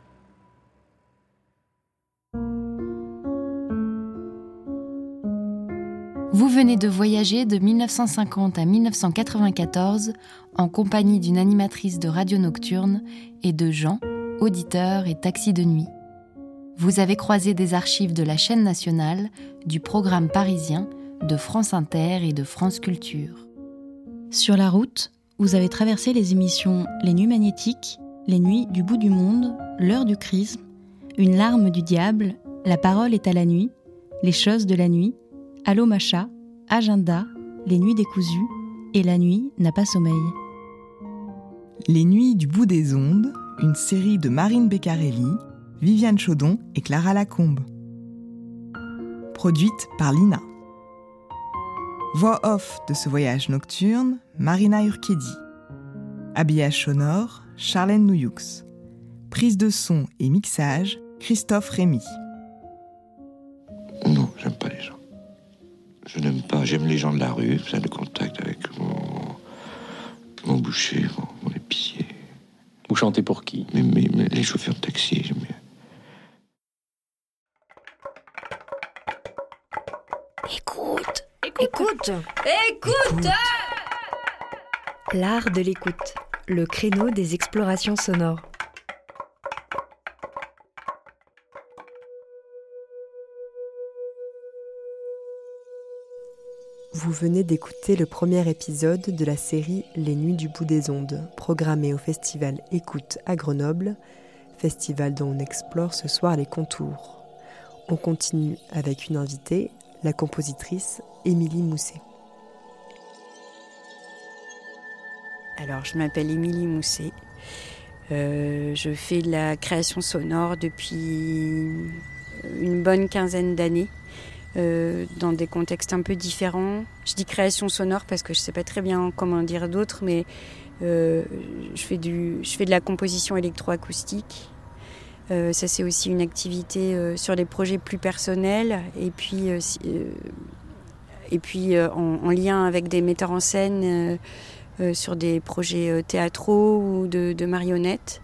Vous venez de voyager de 1950 à 1994 en compagnie d'une animatrice de radio nocturne et de Jean, auditeur et taxi de nuit. Vous avez croisé des archives de la chaîne nationale, du programme parisien, de France Inter et de France Culture. Sur la route, vous avez traversé les émissions Les Nuits Magnétiques, Les Nuits du bout du monde, L'heure du chrisme, Une larme du diable, La parole est à la nuit, Les choses de la nuit, Allô Macha, Agenda, Les Nuits décousues et La nuit n'a pas sommeil. Les Nuits du bout des ondes, une série de Marine Beccarelli, Viviane Chaudon et Clara Lacombe. Produite par Lina. Voix off de ce voyage nocturne, Marina Urquedi. Habillage sonore, Charlène Nouyoux. Prise de son et mixage, Christophe Rémy. Non, j'aime pas les gens. Je n'aime pas, j'aime les gens de la rue, ça le contact avec mon boucher, mon épicier. Vous chantez pour qui? Mais les chauffeurs de taxi, j'aime bien. Écoute. L'art de l'écoute, le créneau des explorations sonores. Vous venez d'écouter le premier épisode de la série Les Nuits du bout des ondes, programmée au festival Écoute à Grenoble, festival dont on explore ce soir les contours. On continue avec une invitée, la compositrice Émilie Mousset. Alors, je m'appelle Émilie Mousset. Je fais de la création sonore depuis une bonne quinzaine d'années. Dans des contextes un peu différents. Je dis création sonore parce que je ne sais pas très bien comment dire d'autre, mais je fais de la composition électroacoustique. Ça, c'est aussi une activité sur des projets plus personnels et puis en lien avec des metteurs en scène sur des projets théâtraux ou de marionnettes.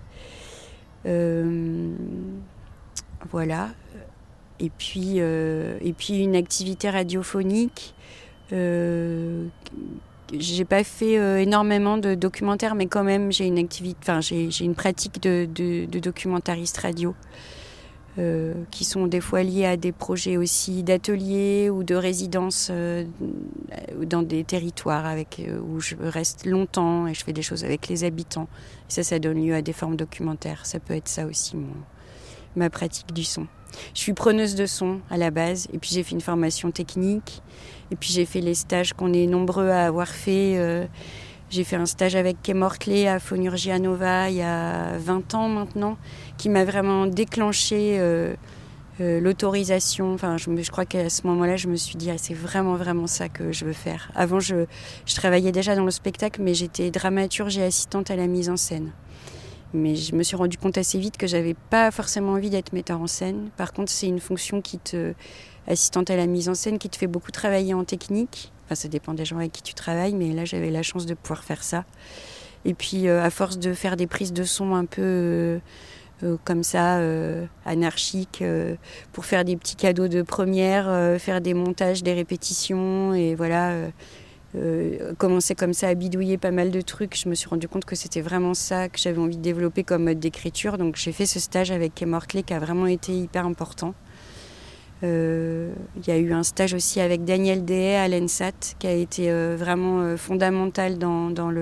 Voilà. Et puis une activité radiophonique. J'ai pas fait énormément de documentaires, mais quand même j'ai une pratique de documentariste radio qui sont des fois liés à des projets aussi d'ateliers ou de résidences dans des territoires où je reste longtemps et je fais des choses avec les habitants. Et ça donne lieu à des formes documentaires. Ça peut être ça aussi ma pratique du son. Je suis preneuse de son à la base, et puis j'ai fait une formation technique, et puis j'ai fait les stages qu'on est nombreux à avoir fait. J'ai fait un stage avec Kay Mortley à Phonurgia Nova il y a 20 ans maintenant, qui m'a vraiment déclenché l'autorisation. Enfin, je crois qu'à ce moment-là, je me suis dit, c'est vraiment, vraiment ça que je veux faire. Avant, je travaillais déjà dans le spectacle, mais j'étais dramaturge et assistante à la mise en scène. Mais je me suis rendu compte assez vite que j'avais pas forcément envie d'être metteur en scène. Par contre, c'est une fonction assistante à la mise en scène, qui te fait beaucoup travailler en technique. Enfin, ça dépend des gens avec qui tu travailles, mais là, j'avais la chance de pouvoir faire ça. Et puis, à force de faire des prises de son un peu comme ça, anarchiques, pour faire des petits cadeaux de première, faire des montages, des répétitions, et voilà... commencer comme ça à bidouiller pas mal de trucs, je me suis rendu compte que c'était vraiment ça que j'avais envie de développer comme mode d'écriture. Donc j'ai fait ce stage avec Kay Mortley qui a vraiment été hyper important. Il y a eu un stage aussi avec Daniel Dehaye à l'ENSAT qui a été vraiment fondamental dans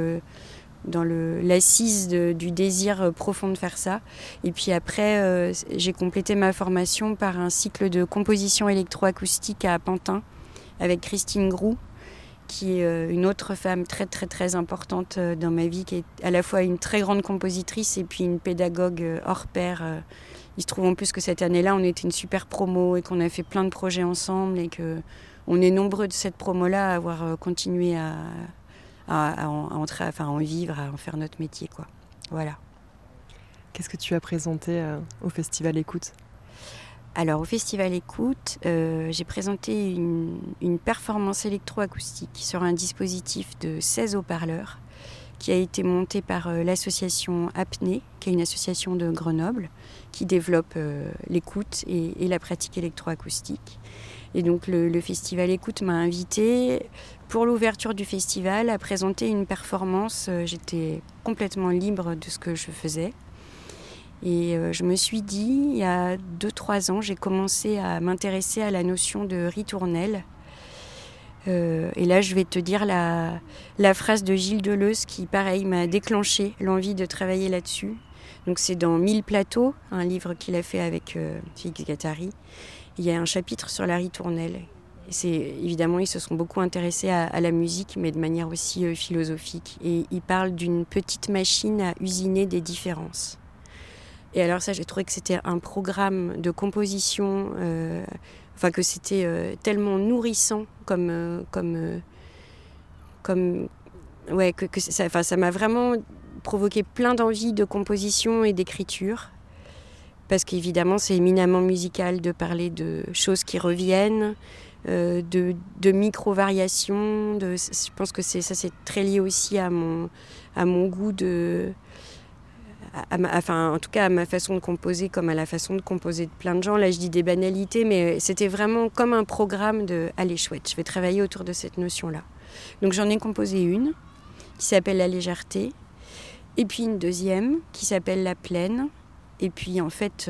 l'assise du désir profond de faire ça. Et puis après, j'ai complété ma formation par un cycle de composition électroacoustique à Pantin avec Christine Groux, qui est une autre femme très très très importante dans ma vie, qui est à la fois une très grande compositrice et puis une pédagogue hors pair. Il se trouve en plus que cette année-là, on était une super promo et qu'on a fait plein de projets ensemble et qu'on est nombreux de cette promo-là à avoir continué à en vivre, à en faire notre métier, quoi. Voilà. Qu'est-ce que tu as présenté au Festival Écoute ? Alors au Festival Écoute, j'ai présenté une performance électroacoustique sur un dispositif de 16 haut-parleurs qui a été monté par l'association Apnée, qui est une association de Grenoble qui développe l'écoute et la pratique électroacoustique. Et donc le Festival Écoute m'a invitée pour l'ouverture du festival à présenter une performance. J'étais complètement libre de ce que je faisais. Et je me suis dit, il y a 2-3 ans, j'ai commencé à m'intéresser à la notion de ritournelle. Et là, je vais te dire la phrase de Gilles Deleuze qui, pareil, m'a déclenché l'envie de travailler là-dessus. Donc c'est dans 1000 plateaux, un livre qu'il a fait avec Félix Guattari. Il y a un chapitre sur la ritournelle. Et évidemment, ils se sont beaucoup intéressés à la musique, mais de manière aussi philosophique. Et il parle d'une petite machine à usiner des différences. Et alors ça, j'ai trouvé que c'était un programme de composition, que c'était tellement nourrissant ça m'a vraiment provoqué plein d'envie de composition et d'écriture. Parce qu'évidemment, c'est éminemment musical de parler de choses qui reviennent, de micro-variations. Je pense que c'est très lié aussi à mon goût en tout cas à ma façon de composer, comme à la façon de composer de plein de gens. Là, je dis des banalités, mais c'était vraiment comme un programme de « Allez, chouette, je vais travailler autour de cette notion-là ». Donc j'en ai composé une qui s'appelle « La légèreté », et puis une deuxième qui s'appelle « La plaine ». Et puis en fait,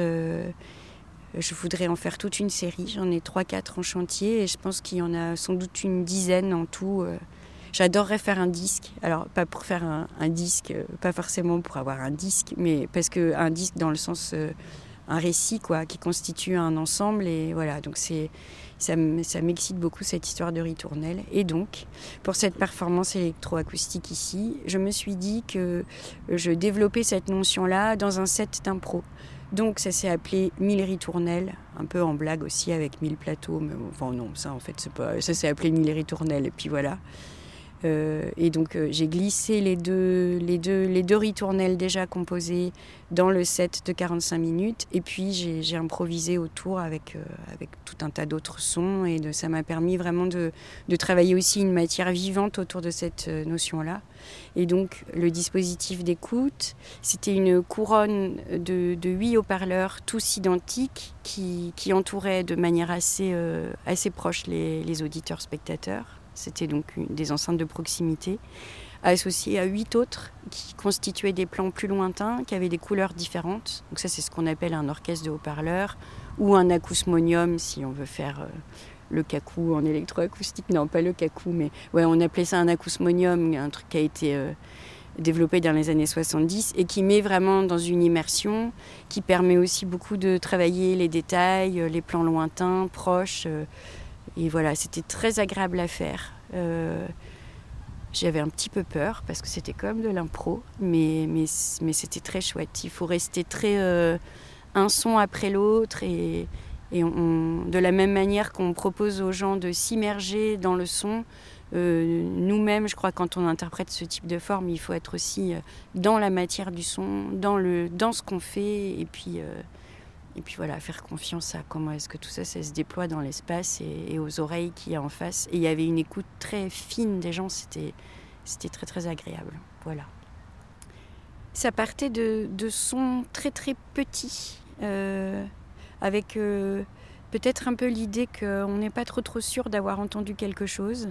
je voudrais en faire toute une série. J'en ai 3-4 en chantier et je pense qu'il y en a sans doute une dizaine en tout. J'adorerais faire un disque. Alors, pas pour faire un disque, pas forcément pour avoir un disque, mais parce qu'un disque dans le sens, un récit, quoi, qui constitue un ensemble. Et voilà, donc ça m'excite beaucoup cette histoire de ritournelle. Et donc, pour cette performance électroacoustique ici, je me suis dit que je développais cette notion-là dans un set d'impro. Donc ça s'est appelé 1000 ritournelles, un peu en blague aussi avec 1000 plateaux. Mais enfin non, ça en fait, c'est pas, ça s'est appelé 1000 ritournelles. Et puis voilà. Et donc j'ai glissé les deux ritournelles déjà composées dans le set de 45 minutes et puis j'ai improvisé autour avec tout un tas d'autres sons et ça m'a permis vraiment de travailler aussi une matière vivante autour de cette notion-là. Et donc le dispositif d'écoute, c'était une couronne de 8 haut-parleurs tous identiques qui entouraient de manière assez proche les auditeurs-spectateurs. C'était donc des enceintes de proximité, associées à 8 autres qui constituaient des plans plus lointains, qui avaient des couleurs différentes. Donc ça, c'est ce qu'on appelle un orchestre de haut-parleurs ou un acousmonium, si on veut faire le cacou en électroacoustique. Non, pas le cacou, mais ouais, on appelait ça un acousmonium, un truc qui a été développé dans les années 70 et qui met vraiment dans une immersion, qui permet aussi beaucoup de travailler les détails, les plans lointains, proches. Et voilà, c'était très agréable à faire. J'avais un petit peu peur parce que c'était comme de l'impro, mais c'était très chouette. Il faut rester très un son après l'autre et de la même manière qu'on propose aux gens de s'immerger dans le son, nous-mêmes, je crois, quand on interprète ce type de forme, il faut être aussi dans la matière du son, dans ce qu'on fait et puis voilà, faire confiance à comment est-ce que tout ça se déploie dans l'espace et aux oreilles qu'il y a en face. Et il y avait une écoute très fine des gens, c'était très très agréable. Voilà. Ça partait de sons très très petits, avec peut-être un peu l'idée qu'on n'est pas trop sûr d'avoir entendu quelque chose.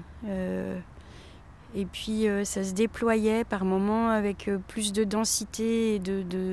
Et puis ça se déployait par moments avec plus de densité et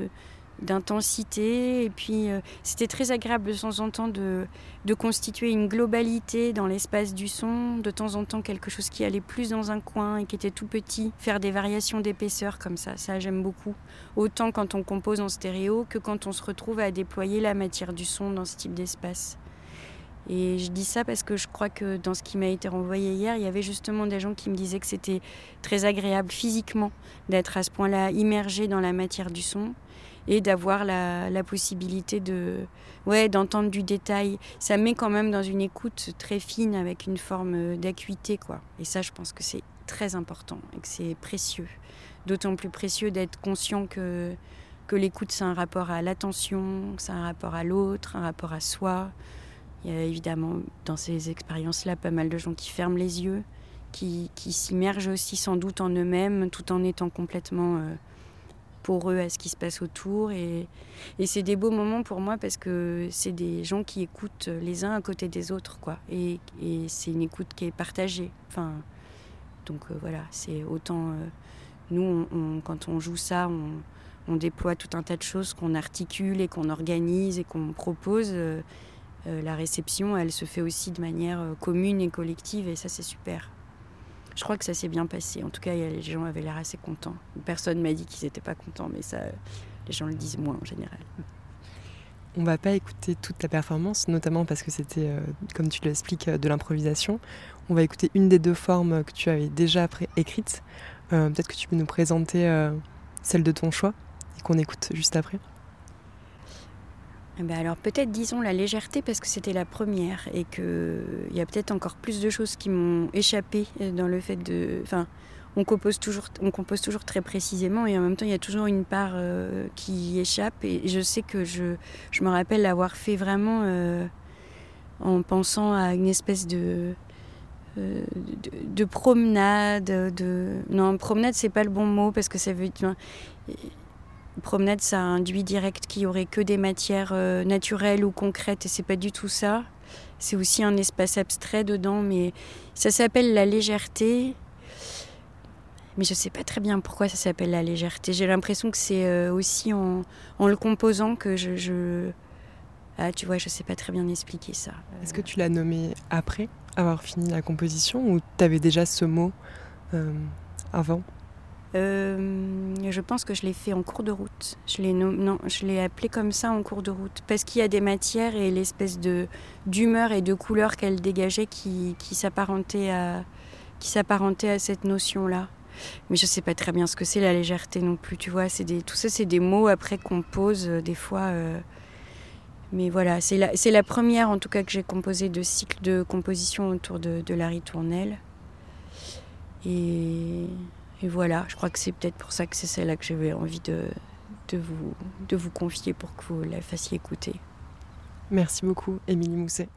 d'intensité et puis c'était très agréable de temps en temps de constituer une globalité dans l'espace du son, de temps en temps quelque chose qui allait plus dans un coin et qui était tout petit, faire des variations d'épaisseur comme ça j'aime beaucoup, autant quand on compose en stéréo que quand on se retrouve à déployer la matière du son dans ce type d'espace. Et je dis ça parce que je crois que dans ce qui m'a été renvoyé hier, il y avait justement des gens qui me disaient que c'était très agréable physiquement d'être à ce point-là immergé dans la matière du son et d'avoir la possibilité d'entendre du détail. Ça met quand même dans une écoute très fine avec une forme d'acuité, quoi. Et ça, je pense que c'est très important et que c'est précieux. D'autant plus précieux d'être conscient que que l'écoute, c'est un rapport à l'attention, c'est un rapport à l'autre, un rapport à soi. Il y a évidemment dans ces expériences-là pas mal de gens qui ferment les yeux, qui s'immergent aussi sans doute en eux-mêmes, tout en étant complètement poreux à ce qui se passe autour. Et c'est des beaux moments pour moi parce que c'est des gens qui écoutent les uns à côté des autres, quoi. Et c'est une écoute qui est partagée. Enfin, donc voilà, c'est autant... nous, quand on joue ça, on déploie tout un tas de choses qu'on articule et qu'on organise et qu'on propose. La réception, elle se fait aussi de manière commune et collective, et ça, c'est super. Je crois que ça s'est bien passé. En tout cas, les gens avaient l'air assez contents. Personne m'a dit qu'ils n'étaient pas contents, mais ça, les gens le disent moins en général. On ne va pas écouter toute la performance, notamment parce que c'était, comme tu l'expliques, de l'improvisation. On va écouter une des 2 formes que tu avais déjà écrites. Peut-être que tu peux nous présenter celle de ton choix et qu'on écoute juste après. Alors peut-être disons la légèreté parce que c'était la première et qu'il y a peut-être encore plus de choses qui m'ont échappé dans le fait de... Enfin, on compose toujours très précisément et en même temps il y a toujours une part qui échappe et je sais que je me rappelle l'avoir fait vraiment en pensant à une espèce de promenade. Non, promenade c'est pas le bon mot parce que ça veut dire... Promenade, ça induit direct qu'il y aurait que des matières naturelles ou concrètes et c'est pas du tout ça. C'est aussi un espace abstrait dedans, mais ça s'appelle la légèreté. Mais je sais pas très bien pourquoi ça s'appelle la légèreté. J'ai l'impression que c'est aussi en le composant que Ah, tu vois, je sais pas très bien expliquer ça. Est-ce que tu l'as nommé après avoir fini la composition ou tu avais déjà ce mot avant ? Je pense que je l'ai fait en cours de route. Je l'ai appelé comme ça en cours de route. Parce qu'il y a des matières et l'espèce d'humeur et de couleur qu'elle dégageait qui s'apparentait à cette notion-là. Mais je sais pas très bien ce que c'est la légèreté non plus, tu vois. Tout ça, c'est des mots après qu'on pose des fois. Mais voilà, c'est la première en tout cas que j'ai composé de cycle de composition autour de la ritournelle. Et voilà, je crois que c'est peut-être pour ça que c'est celle-là que j'avais envie de vous confier pour que vous la fassiez écouter. Merci beaucoup, Émilie Mousset.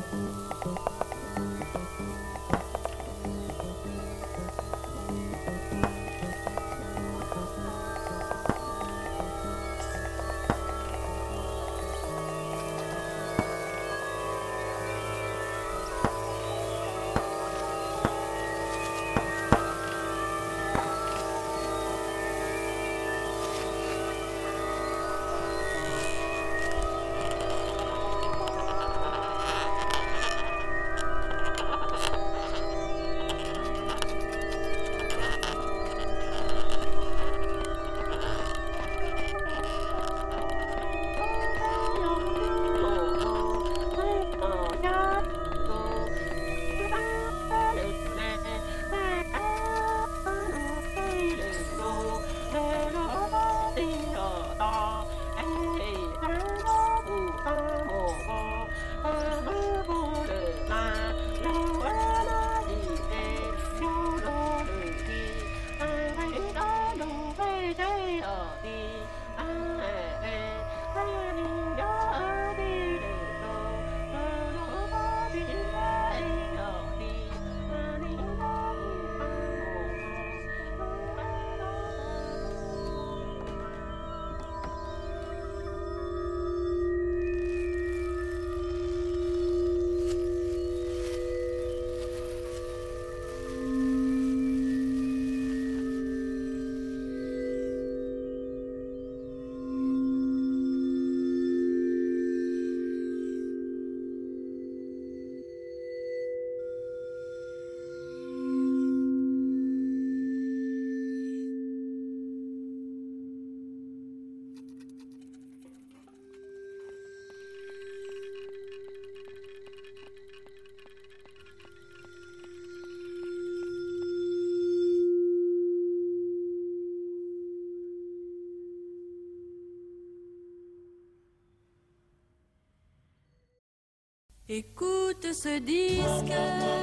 Écoute ce disque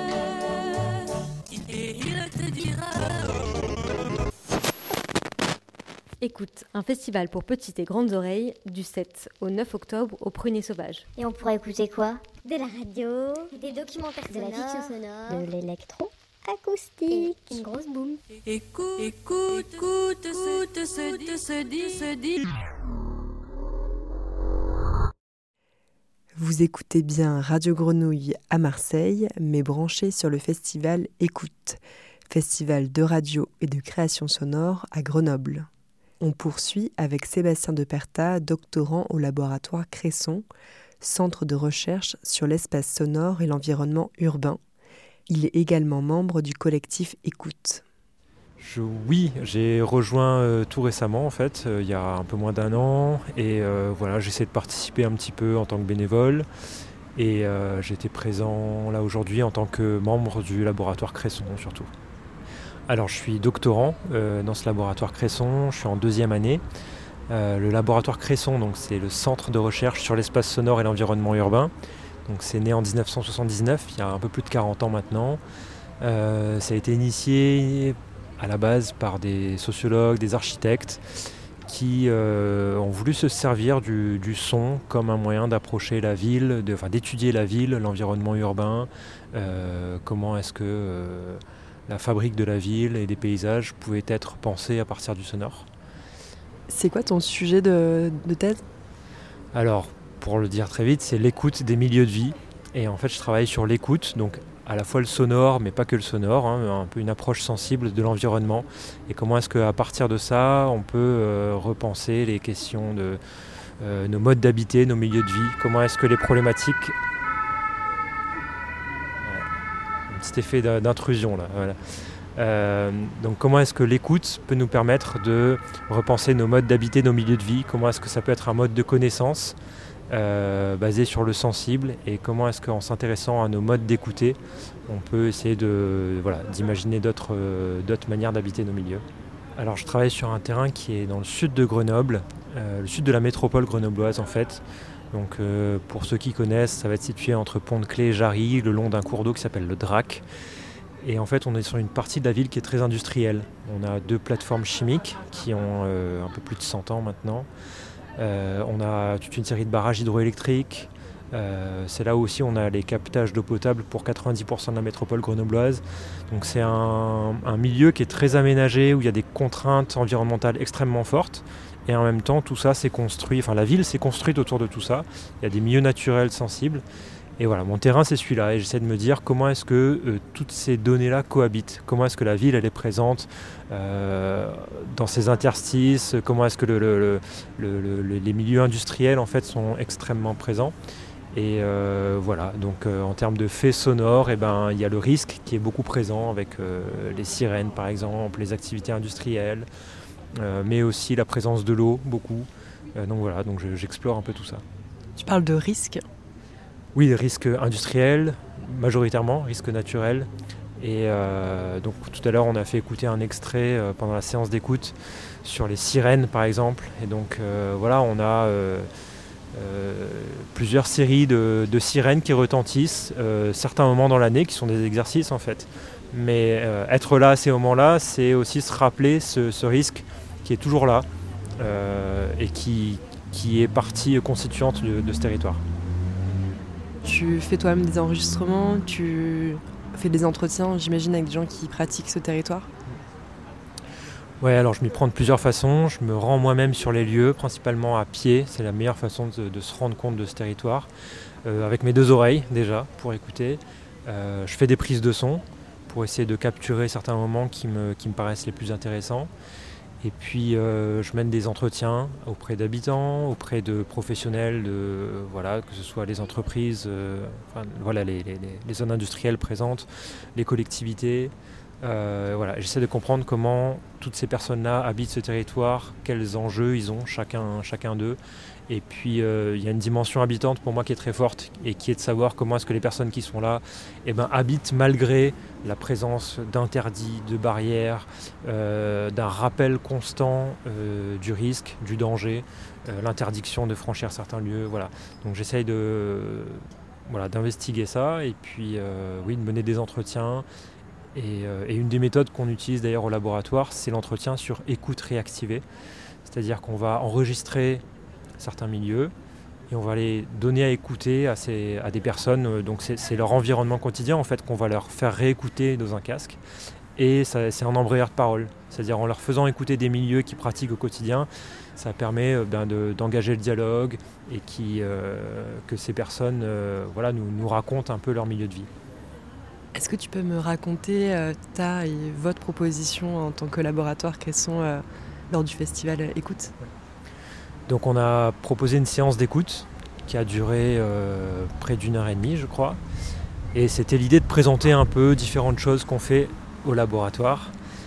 et il te dira. Écoute, un festival pour petites et grandes oreilles du 7 au 9 octobre au Prunier Sauvage. Et on pourra écouter quoi? De la radio, des documentaires sonores, de la fiction sonore, de l'électro acoustique, et une grosse boum. Écoute ce disque. Vous écoutez bien Radio Grenouille à Marseille, mais branché sur le festival Écoute, festival de radio et de création sonore à Grenoble. On poursuit avec Sébastien Deperta, doctorant au laboratoire Cresson, centre de recherche sur l'espace sonore et l'environnement urbain. Il est également membre du collectif Écoute. Oui, j'ai rejoint tout récemment en fait, il y a un peu moins d'1 an et voilà, j'essaie de participer un petit peu en tant que bénévole et j'étais présent là aujourd'hui en tant que membre du laboratoire Cresson surtout. Alors je suis doctorant dans ce laboratoire Cresson, je suis en 2e année. Le laboratoire Cresson, donc, c'est le centre de recherche sur l'espace sonore et l'environnement urbain. Donc, c'est né en 1979, il y a un peu plus de 40 ans maintenant. Ça a été initié à la base par des sociologues, des architectes qui ont voulu se servir du son comme un moyen d'approcher la ville, d'étudier la ville, l'environnement urbain, comment est-ce que la fabrique de la ville et des paysages pouvait être pensée à partir du sonore. C'est quoi ton sujet de thèse ? Alors, pour le dire très vite, c'est l'écoute des milieux de vie. Et en fait, je travaille sur l'écoute, donc à la fois le sonore, mais pas que le sonore, un peu une approche sensible de l'environnement. Et comment est-ce qu'à partir de ça, on peut repenser les questions de nos modes d'habiter, nos milieux de vie. Comment est-ce que les problématiques... Un petit effet d'intrusion là, voilà. Donc comment est-ce que l'écoute peut nous permettre de repenser nos modes d'habiter, nos milieux de vie? Comment est-ce que ça peut être un mode de connaissance basé sur le sensible? Et comment est-ce qu'en s'intéressant à nos modes d'écouter, on peut essayer d'imaginer d'autres manières d'habiter nos milieux? Alors je travaille sur un terrain qui est dans le sud de Grenoble, le sud de la métropole grenobloise en fait. Donc pour ceux qui connaissent, ça va être situé entre Pont-de-Clé et Jarry, le long d'un cours d'eau qui s'appelle le Drac. Et en fait, on est sur une partie de la ville qui est très industrielle. On a 2 plateformes chimiques qui ont un peu plus de 100 ans maintenant. On a toute une série de barrages hydroélectriques, C'est là où aussi on a les captages d'eau potable pour 90% de la métropole grenobloise. Donc c'est un milieu qui est très aménagé, où il y a des contraintes environnementales extrêmement fortes. Et en même temps, tout ça s'est construit, enfin la ville s'est construite autour de tout ça. Il y a des milieux naturels sensibles. Et voilà, mon terrain c'est celui-là. Et j'essaie de me dire comment est-ce que toutes ces données-là cohabitent. Comment est-ce que la ville elle est présente dans ces interstices. Comment est-ce que les milieux industriels en fait sont extrêmement présents. Et voilà, donc en termes de faits sonores, il y a le risque qui est beaucoup présent avec les sirènes par exemple, les activités industrielles, mais aussi la présence de l'eau, beaucoup. Donc voilà, donc j'explore un peu tout ça. Tu parles de risques ? Oui, risques industriels, majoritairement, risques naturels. Et donc tout à l'heure, on a fait écouter un extrait pendant la séance d'écoute sur les sirènes par exemple. Et donc voilà, on a plusieurs séries de sirènes qui retentissent certains moments dans l'année qui sont des exercices en fait. Mais être là à ces moments-là, c'est aussi se rappeler ce risque qui est toujours là et qui est partie constituante de ce territoire. Tu fais toi-même des enregistrements, tu fais des entretiens, j'imagine, avec des gens qui pratiquent ce territoire ? Ouais, alors je m'y prends de plusieurs façons. Je me rends moi-même sur les lieux, principalement à pied. C'est la meilleure façon de se rendre compte de ce territoire. Avec mes 2 oreilles déjà, pour écouter. Je fais des prises de son pour essayer de capturer certains moments qui me paraissent les plus intéressants. Et puis je mène des entretiens auprès d'habitants, auprès de professionnels, que ce soit les entreprises, les zones industrielles présentes, les collectivités. J'essaie de comprendre comment toutes ces personnes-là habitent ce territoire, quels enjeux ils ont, chacun d'eux. Et puis il y a une dimension habitante pour moi qui est très forte et qui est de savoir comment est-ce que les personnes qui sont là habitent malgré la présence d'interdits, de barrières, d'un rappel constant du risque, du danger, l'interdiction de franchir certains lieux. Voilà. Donc j'essaye d'investiguer ça et puis de mener des entretiens. Et une des méthodes qu'on utilise d'ailleurs au laboratoire, c'est l'entretien sur écoute réactivée. C'est-à-dire qu'on va enregistrer certains milieux et on va les donner à écouter à des personnes. Donc c'est leur environnement quotidien en fait qu'on va leur faire réécouter dans un casque. Et ça, c'est un embrayeur de parole. C'est-à-dire en leur faisant écouter des milieux qu'ils pratiquent au quotidien, ça permet d'engager le dialogue et que ces personnes nous racontent un peu leur milieu de vie. Est-ce que tu peux me raconter ta et votre proposition en tant que laboratoire, quelles sont lors du festival Écoute ? Donc on a proposé une séance d'écoute qui a duré près d'1 heure et demie je crois. Et c'était l'idée de présenter un peu différentes choses qu'on fait au laboratoire.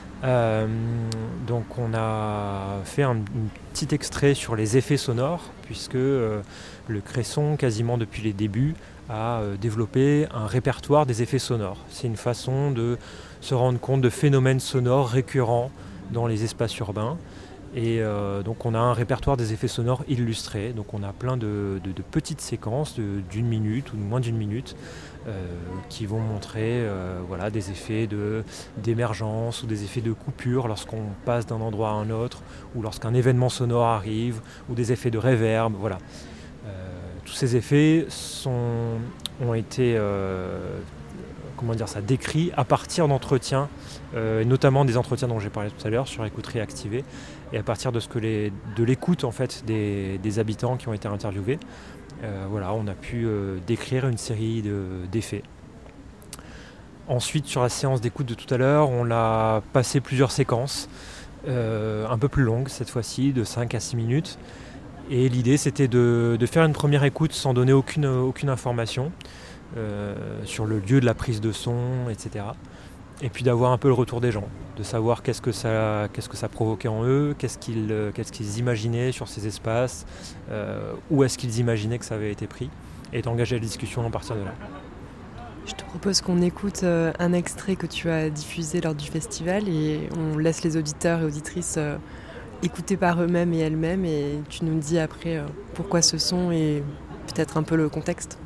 Donc on a fait un petit extrait sur les effets sonores puisque le Cresson, quasiment depuis les débuts, a développé un répertoire des effets sonores. C'est une façon de se rendre compte de phénomènes sonores récurrents dans les espaces urbains. Et donc on a un répertoire des effets sonores illustrés. Donc on a plein de petites séquences d'1 minute ou de moins d'1 minute qui vont montrer des effets d'émergence ou des effets de coupure lorsqu'on passe d'un endroit à un autre ou lorsqu'un événement sonore arrive ou des effets de réverb. Voilà. Tous ces effets ont été décrits à partir d'entretiens, et notamment des entretiens dont j'ai parlé tout à l'heure sur écoute réactivée, et à partir de l'écoute en fait des habitants qui ont été interviewés. On a pu décrire une série d'effets. Ensuite, sur la séance d'écoute de tout à l'heure, on a passé plusieurs séquences, un peu plus longues cette fois-ci, de 5 à 6 minutes. Et l'idée, c'était de faire une première écoute sans donner aucune information sur le lieu de la prise de son, etc. Et puis d'avoir un peu le retour des gens, de savoir qu'est-ce que ça provoquait en eux, qu'est-ce qu'ils imaginaient sur ces espaces, où est-ce qu'ils imaginaient que ça avait été pris, et d'engager la discussion à partir de là. Je te propose qu'on écoute un extrait que tu as diffusé lors du festival et on laisse les auditeurs et auditrices écouter par eux-mêmes et elles-mêmes et tu nous dis après pourquoi ce son et peut-être un peu le contexte.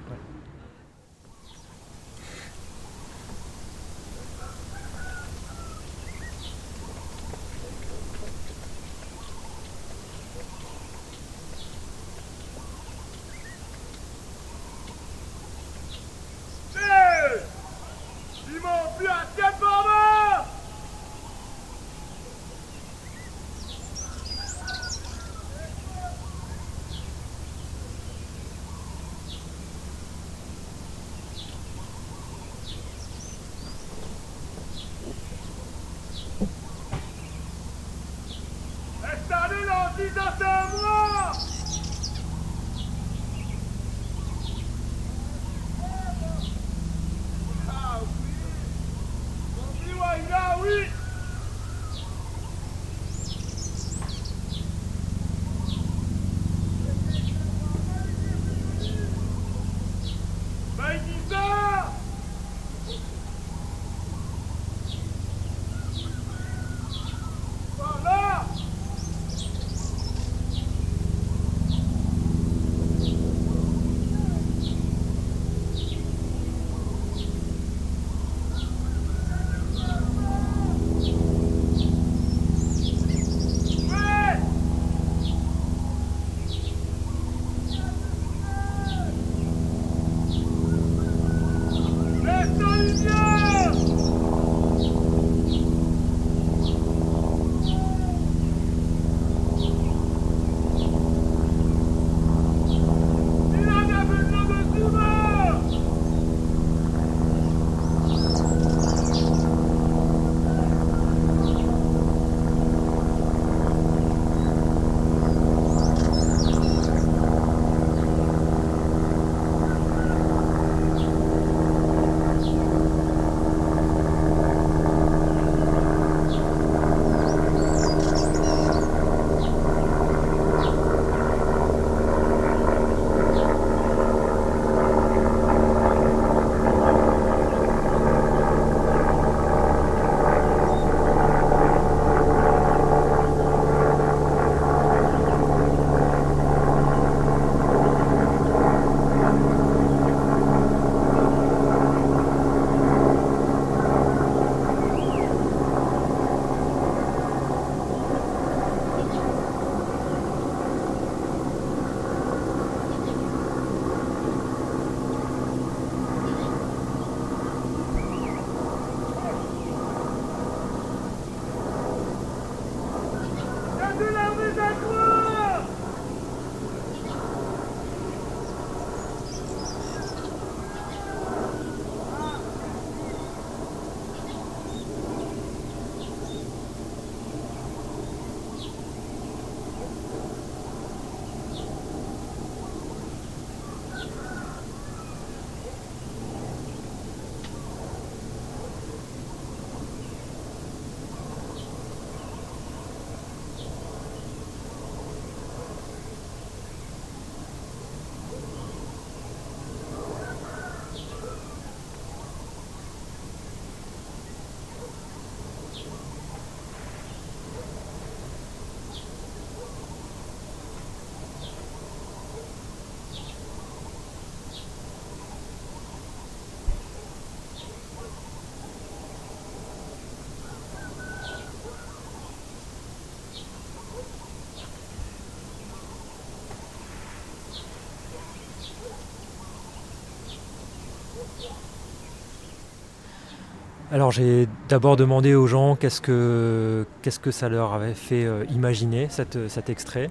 Alors j'ai d'abord demandé aux gens qu'est-ce que ça leur avait fait imaginer cet extrait.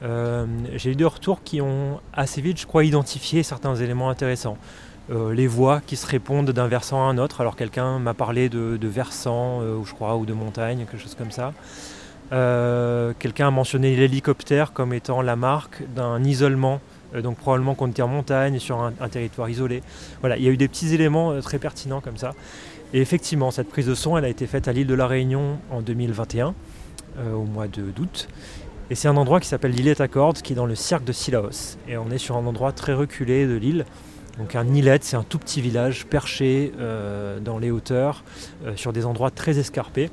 J'ai eu des retours qui ont assez vite, je crois, identifié certains éléments intéressants. Les voix qui se répondent d'un versant à un autre. Alors quelqu'un m'a parlé de versant, je crois, ou de montagne, quelque chose comme ça. Quelqu'un a mentionné l'hélicoptère comme étant la marque d'un isolement, donc probablement qu'on était en montagne, sur un territoire isolé. Voilà, il y a eu des petits éléments très pertinents comme ça. Et effectivement, cette prise de son, elle a été faite à l'île de la Réunion en 2021, au mois d'août. Et c'est un endroit qui s'appelle l'Îlet à Cordes, qui est dans le cirque de Sillaos. Et on est sur un endroit très reculé de l'île. Donc un îlet, c'est un tout petit village perché dans les hauteurs, sur des endroits très escarpés.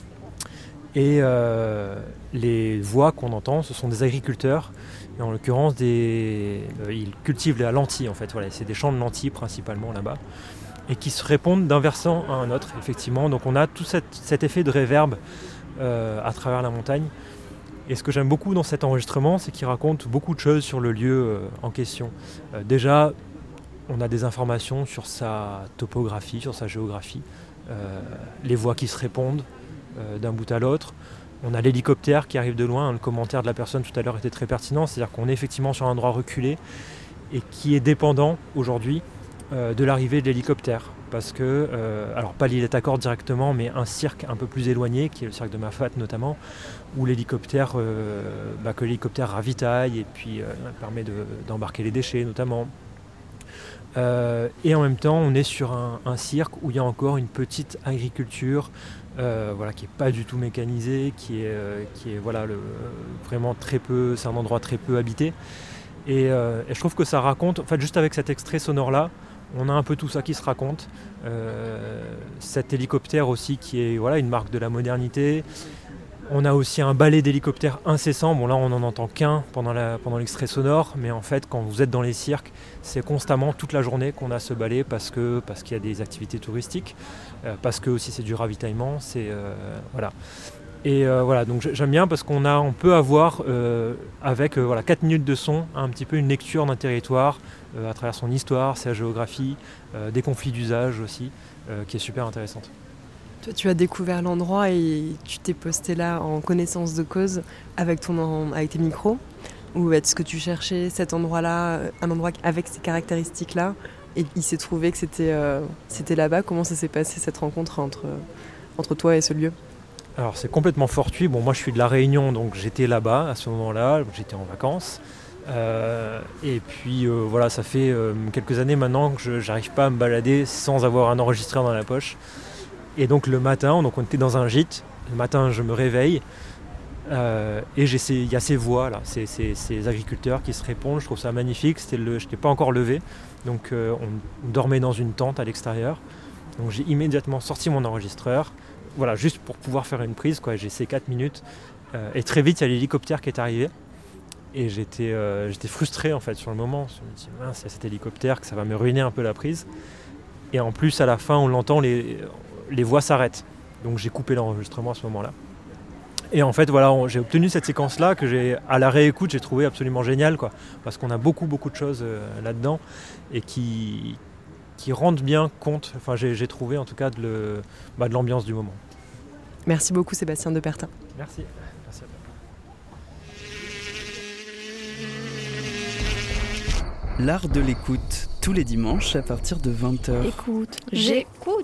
Et les voix qu'on entend, ce sont des agriculteurs. Et en l'occurrence, ils cultivent la lentille, en fait. Voilà, c'est des champs de lentilles principalement là-bas. Et qui se répondent d'un versant à un autre, effectivement. Donc on a tout cet effet de réverb à travers la montagne. Et ce que j'aime beaucoup dans cet enregistrement, c'est qu'il raconte beaucoup de choses sur le lieu en question. Déjà, on a des informations sur sa topographie, sur sa géographie, les voix qui se répondent d'un bout à l'autre. On a l'hélicoptère qui arrive de loin. Le commentaire de la personne tout à l'heure était très pertinent, c'est-à-dire qu'on est effectivement sur un endroit reculé et qui est dépendant aujourd'hui de l'arrivée de l'hélicoptère. Parce que, alors pas l'Îlet à Cordes directement, mais un cirque un peu plus éloigné, qui est le cirque de Mafat notamment, où l'hélicoptère, que l'hélicoptère ravitaille et puis permet d'embarquer les déchets notamment. Et en même temps, on est sur un cirque où il y a encore une petite agriculture, qui n'est pas du tout mécanisée, qui est vraiment très peu, c'est un endroit très peu habité. Et je trouve que ça raconte, en fait, juste avec cet extrait sonore-là, On a un peu tout ça qui se raconte. Cet hélicoptère aussi qui est une marque de la modernité. On a aussi un ballet d'hélicoptères incessant. Bon là on n'en entend qu'un pendant l'extrait sonore, mais en fait quand vous êtes dans les cirques, c'est constamment toute la journée qu'on a ce ballet parce qu'il y a des activités touristiques, parce que aussi c'est du ravitaillement, voilà. Et donc j'aime bien parce on peut avoir avec 4 minutes de son un petit peu une lecture d'un territoire à travers son histoire, sa géographie, des conflits d'usage aussi, qui est super intéressante. Toi, tu as découvert l'endroit et tu t'es posté là en connaissance de cause avec tes micros, ou est-ce que tu cherchais cet endroit-là, un endroit avec ces caractéristiques-là, et il s'est trouvé que c'était là-bas? Comment ça s'est passé cette rencontre entre toi et ce lieu? Alors c'est complètement fortuit. Bon, moi je suis de La Réunion, donc j'étais là-bas à ce moment-là, j'étais en vacances. Et puis ça fait quelques années maintenant que je n'arrive pas à me balader sans avoir un enregistreur dans la poche. Et donc le matin, on était dans un gîte, le matin je me réveille et il y a ces voix là, ces agriculteurs qui se répondent, je trouve ça magnifique. Je n'étais pas encore levé, donc on dormait dans une tente à l'extérieur. Donc j'ai immédiatement sorti mon enregistreur, juste pour pouvoir faire une prise, j'ai ces 4 minutes. Et très vite il y a l'hélicoptère qui est arrivé. Et j'étais frustré en fait sur le moment. Je me dis mince, il y a cet hélicoptère, que ça va me ruiner un peu la prise. Et en plus à la fin on l'entend, les voix s'arrêtent. Donc j'ai coupé l'enregistrement à ce moment-là. Et en fait j'ai obtenu cette séquence-là que à la réécoute j'ai trouvé absolument géniale, parce qu'on a beaucoup de choses là-dedans et qui rendent bien compte, j'ai trouvé en tout cas de l'ambiance du moment. Merci beaucoup Sébastien Depertin. Merci à toi. L'art de l'écoute, tous les dimanches à partir de 20h. Écoute, j'écoute.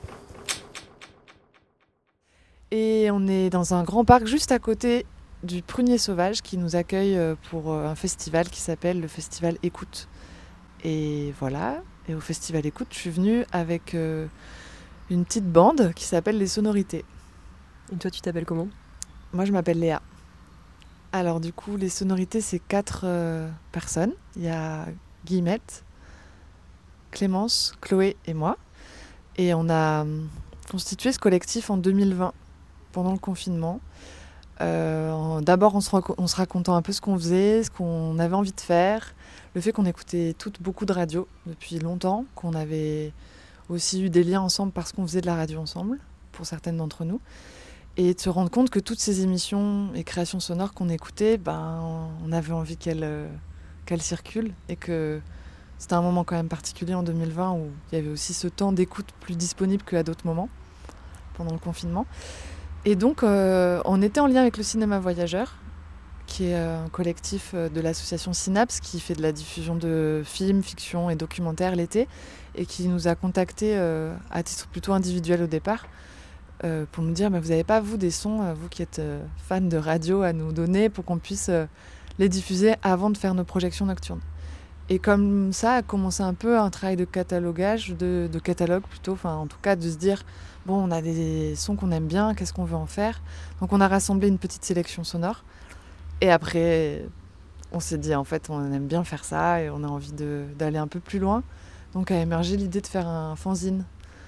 Et on est dans un grand parc juste à côté du Prunier Sauvage qui nous accueille pour un festival qui s'appelle le Festival Écoute. Et voilà, et au Festival Écoute, je suis venue avec une petite bande qui s'appelle Les Sonorités. Et toi, tu t'appelles comment? Moi, je m'appelle Léa. Alors du coup, Les Sonorités, c'est 4 personnes. Il y a Guillemette, Clémence, Chloé et moi. Et on a constitué ce collectif en 2020, pendant le confinement. D'abord en se racontant un peu ce qu'on faisait, ce qu'on avait envie de faire, le fait qu'on écoutait beaucoup de radio depuis longtemps, qu'on avait aussi eu des liens ensemble parce qu'on faisait de la radio ensemble, pour certaines d'entre nous, et de se rendre compte que toutes ces émissions et créations sonores qu'on écoutait, on avait envie qu'elles circulent, et que c'était un moment quand même particulier en 2020 où il y avait aussi ce temps d'écoute plus disponible qu'à d'autres moments, pendant le confinement. Et donc, on était en lien avec le Cinéma Voyageur, qui est un collectif de l'association Synapse, qui fait de la diffusion de films, fiction et documentaires l'été, et qui nous a contactés à titre plutôt individuel au départ, pour nous dire vous n'avez pas, vous, des sons, vous qui êtes fans de radio, à nous donner pour qu'on puisse les diffuser avant de faire nos projections nocturnes. Et comme ça a commencé un peu un travail de catalogage, de catalogue plutôt, en tout cas de se dire on a des sons qu'on aime bien, qu'est-ce qu'on veut en faire? Donc on a rassemblé une petite sélection sonore. Et après, on s'est dit, en fait, on aime bien faire ça et on a envie d'aller un peu plus loin. Donc a émergé l'idée de faire un fanzine.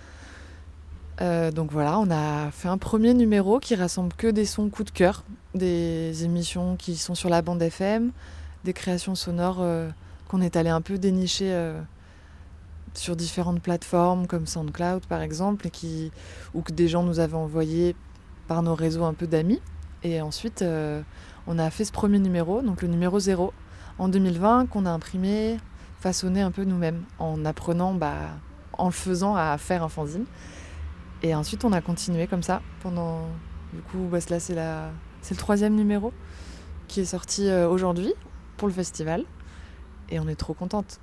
Donc voilà, on a fait un premier numéro qui rassemble que des sons coup de cœur, des émissions qui sont sur la bande FM, des créations sonores qu'on est allé un peu dénicher sur différentes plateformes comme SoundCloud par exemple, ou que des gens nous avaient envoyé par nos réseaux un peu d'amis. Et ensuite, on a fait ce premier numéro, donc le numéro 0, en 2020, qu'on a imprimé, façonné un peu nous-mêmes, en apprenant, en le faisant, à faire un fanzine. Et ensuite, on a continué comme ça pendant... Du coup, là, c'est le 3e numéro qui est sorti aujourd'hui pour le festival. Et on est trop contente.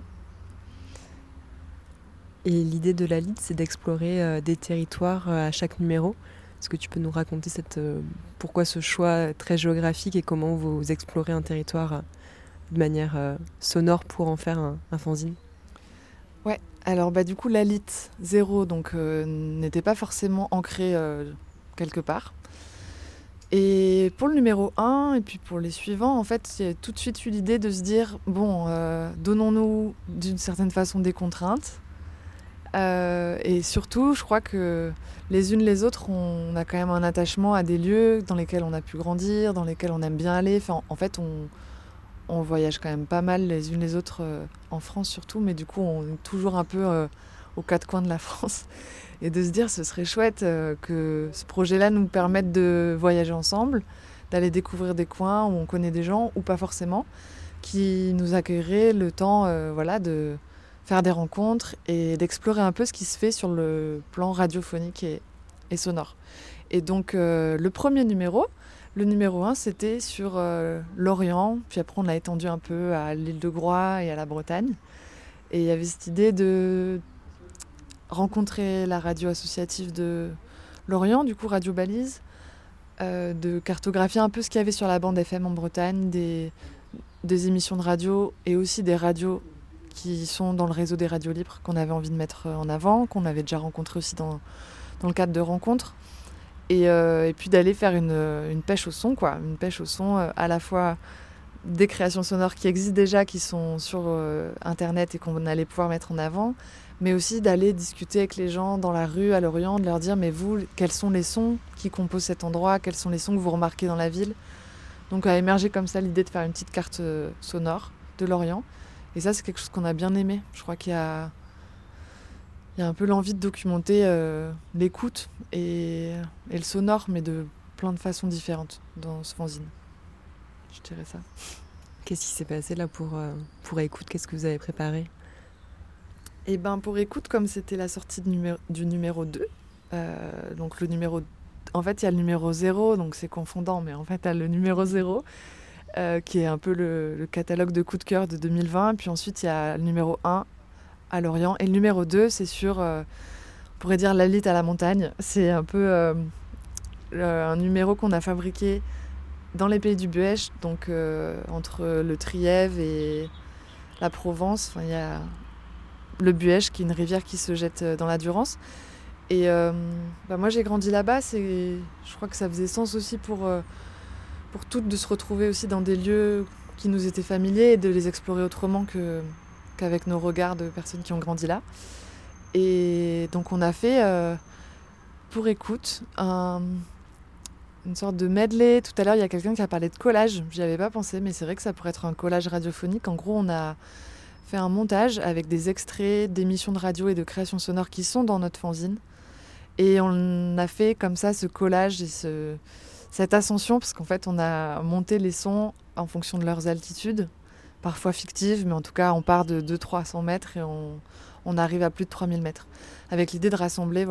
Et l'idée de la LID, c'est d'explorer des territoires à chaque numéro. Est-ce que tu peux nous raconter pourquoi ce choix très géographique et comment vous explorez un territoire de manière sonore pour en faire un fanzine? Ouais, alors du coup, la LID 0 n'était pas forcément ancrée quelque part. Et pour le numéro 1 et puis pour les suivants, en fait, il y a tout de suite eu l'idée de se dire, bon, donnons-nous d'une certaine façon des contraintes. Et surtout, je crois que les unes les autres, on a quand même un attachement à des lieux dans lesquels on a pu grandir, dans lesquels on aime bien aller. Enfin, en fait, on voyage quand même pas mal les unes les autres, en France surtout, mais du coup, on est toujours un peu aux quatre coins de la France. Et de se dire, ce serait chouette que ce projet-là nous permette de voyager ensemble, d'aller découvrir des coins où on connaît des gens, ou pas forcément, qui nous accueilleraient le temps de faire des rencontres et d'explorer un peu ce qui se fait sur le plan radiophonique et sonore. Et donc, le premier numéro, le numéro 1, c'était sur l'Orient, puis après on a étendu un peu à l'île de Groix et à la Bretagne. Et il y avait cette idée de rencontrer la radio associative de Lorient, du coup Radio Balise, de cartographier un peu ce qu'il y avait sur la bande FM en Bretagne, des émissions de radio et aussi des radios qui sont dans le réseau des radios libres qu'on avait envie de mettre en avant, qu'on avait déjà rencontré aussi dans le cadre de rencontres. Et puis d'aller faire une pêche au son, quoi. Une pêche au son à la fois des créations sonores qui existent déjà, qui sont sur Internet et qu'on allait pouvoir mettre en avant, mais aussi d'aller discuter avec les gens dans la rue à Lorient, de leur dire mais vous, quels sont les sons qui composent cet endroit, quels sont les sons que vous remarquez dans la ville. Donc a émergé comme ça l'idée de faire une petite carte sonore de Lorient. Et ça, c'est quelque chose qu'on a bien aimé. Je crois qu'il y a un peu l'envie de documenter l'écoute et le sonore, mais de plein de façons différentes dans ce fanzine. Je dirais ça. Qu'est-ce qui s'est passé là pour Écoute? Qu'est-ce que vous avez préparé? Et ben pour Écoute, comme c'était la sortie du numéro 2, donc le numéro... En fait, il y a le numéro 0, donc c'est confondant, mais en fait, il y a le numéro 0, qui est un peu le catalogue de coups de cœur de 2020. Et puis ensuite, il y a le numéro 1 à Lorient. Et le numéro 2, c'est sur, on pourrait dire, l'Alite à la montagne. C'est un peu un numéro qu'on a fabriqué dans les pays du Buëch, donc entre le Trièves et la Provence. Enfin, il y a le Buëch, qui est une rivière qui se jette dans la Durance. Et moi, j'ai grandi là-bas. Je crois que ça faisait sens aussi pour toutes de se retrouver aussi dans des lieux qui nous étaient familiers et de les explorer autrement qu'avec nos regards de personnes qui ont grandi là. Et donc, on a fait, pour Écoute, une sorte de medley. Tout à l'heure, il y a quelqu'un qui a parlé de collage. J'y avais pas pensé, mais c'est vrai que ça pourrait être un collage radiophonique. En gros, on a fait un montage avec des extraits d'émissions de radio et de créations sonores qui sont dans notre fanzine. Et on a fait comme ça ce collage et cette ascension, parce qu'en fait, on a monté les sons en fonction de leurs altitudes, parfois fictives, mais en tout cas, on part de 200-300 mètres et on arrive à plus de 3000 mètres, avec l'idée de rassembler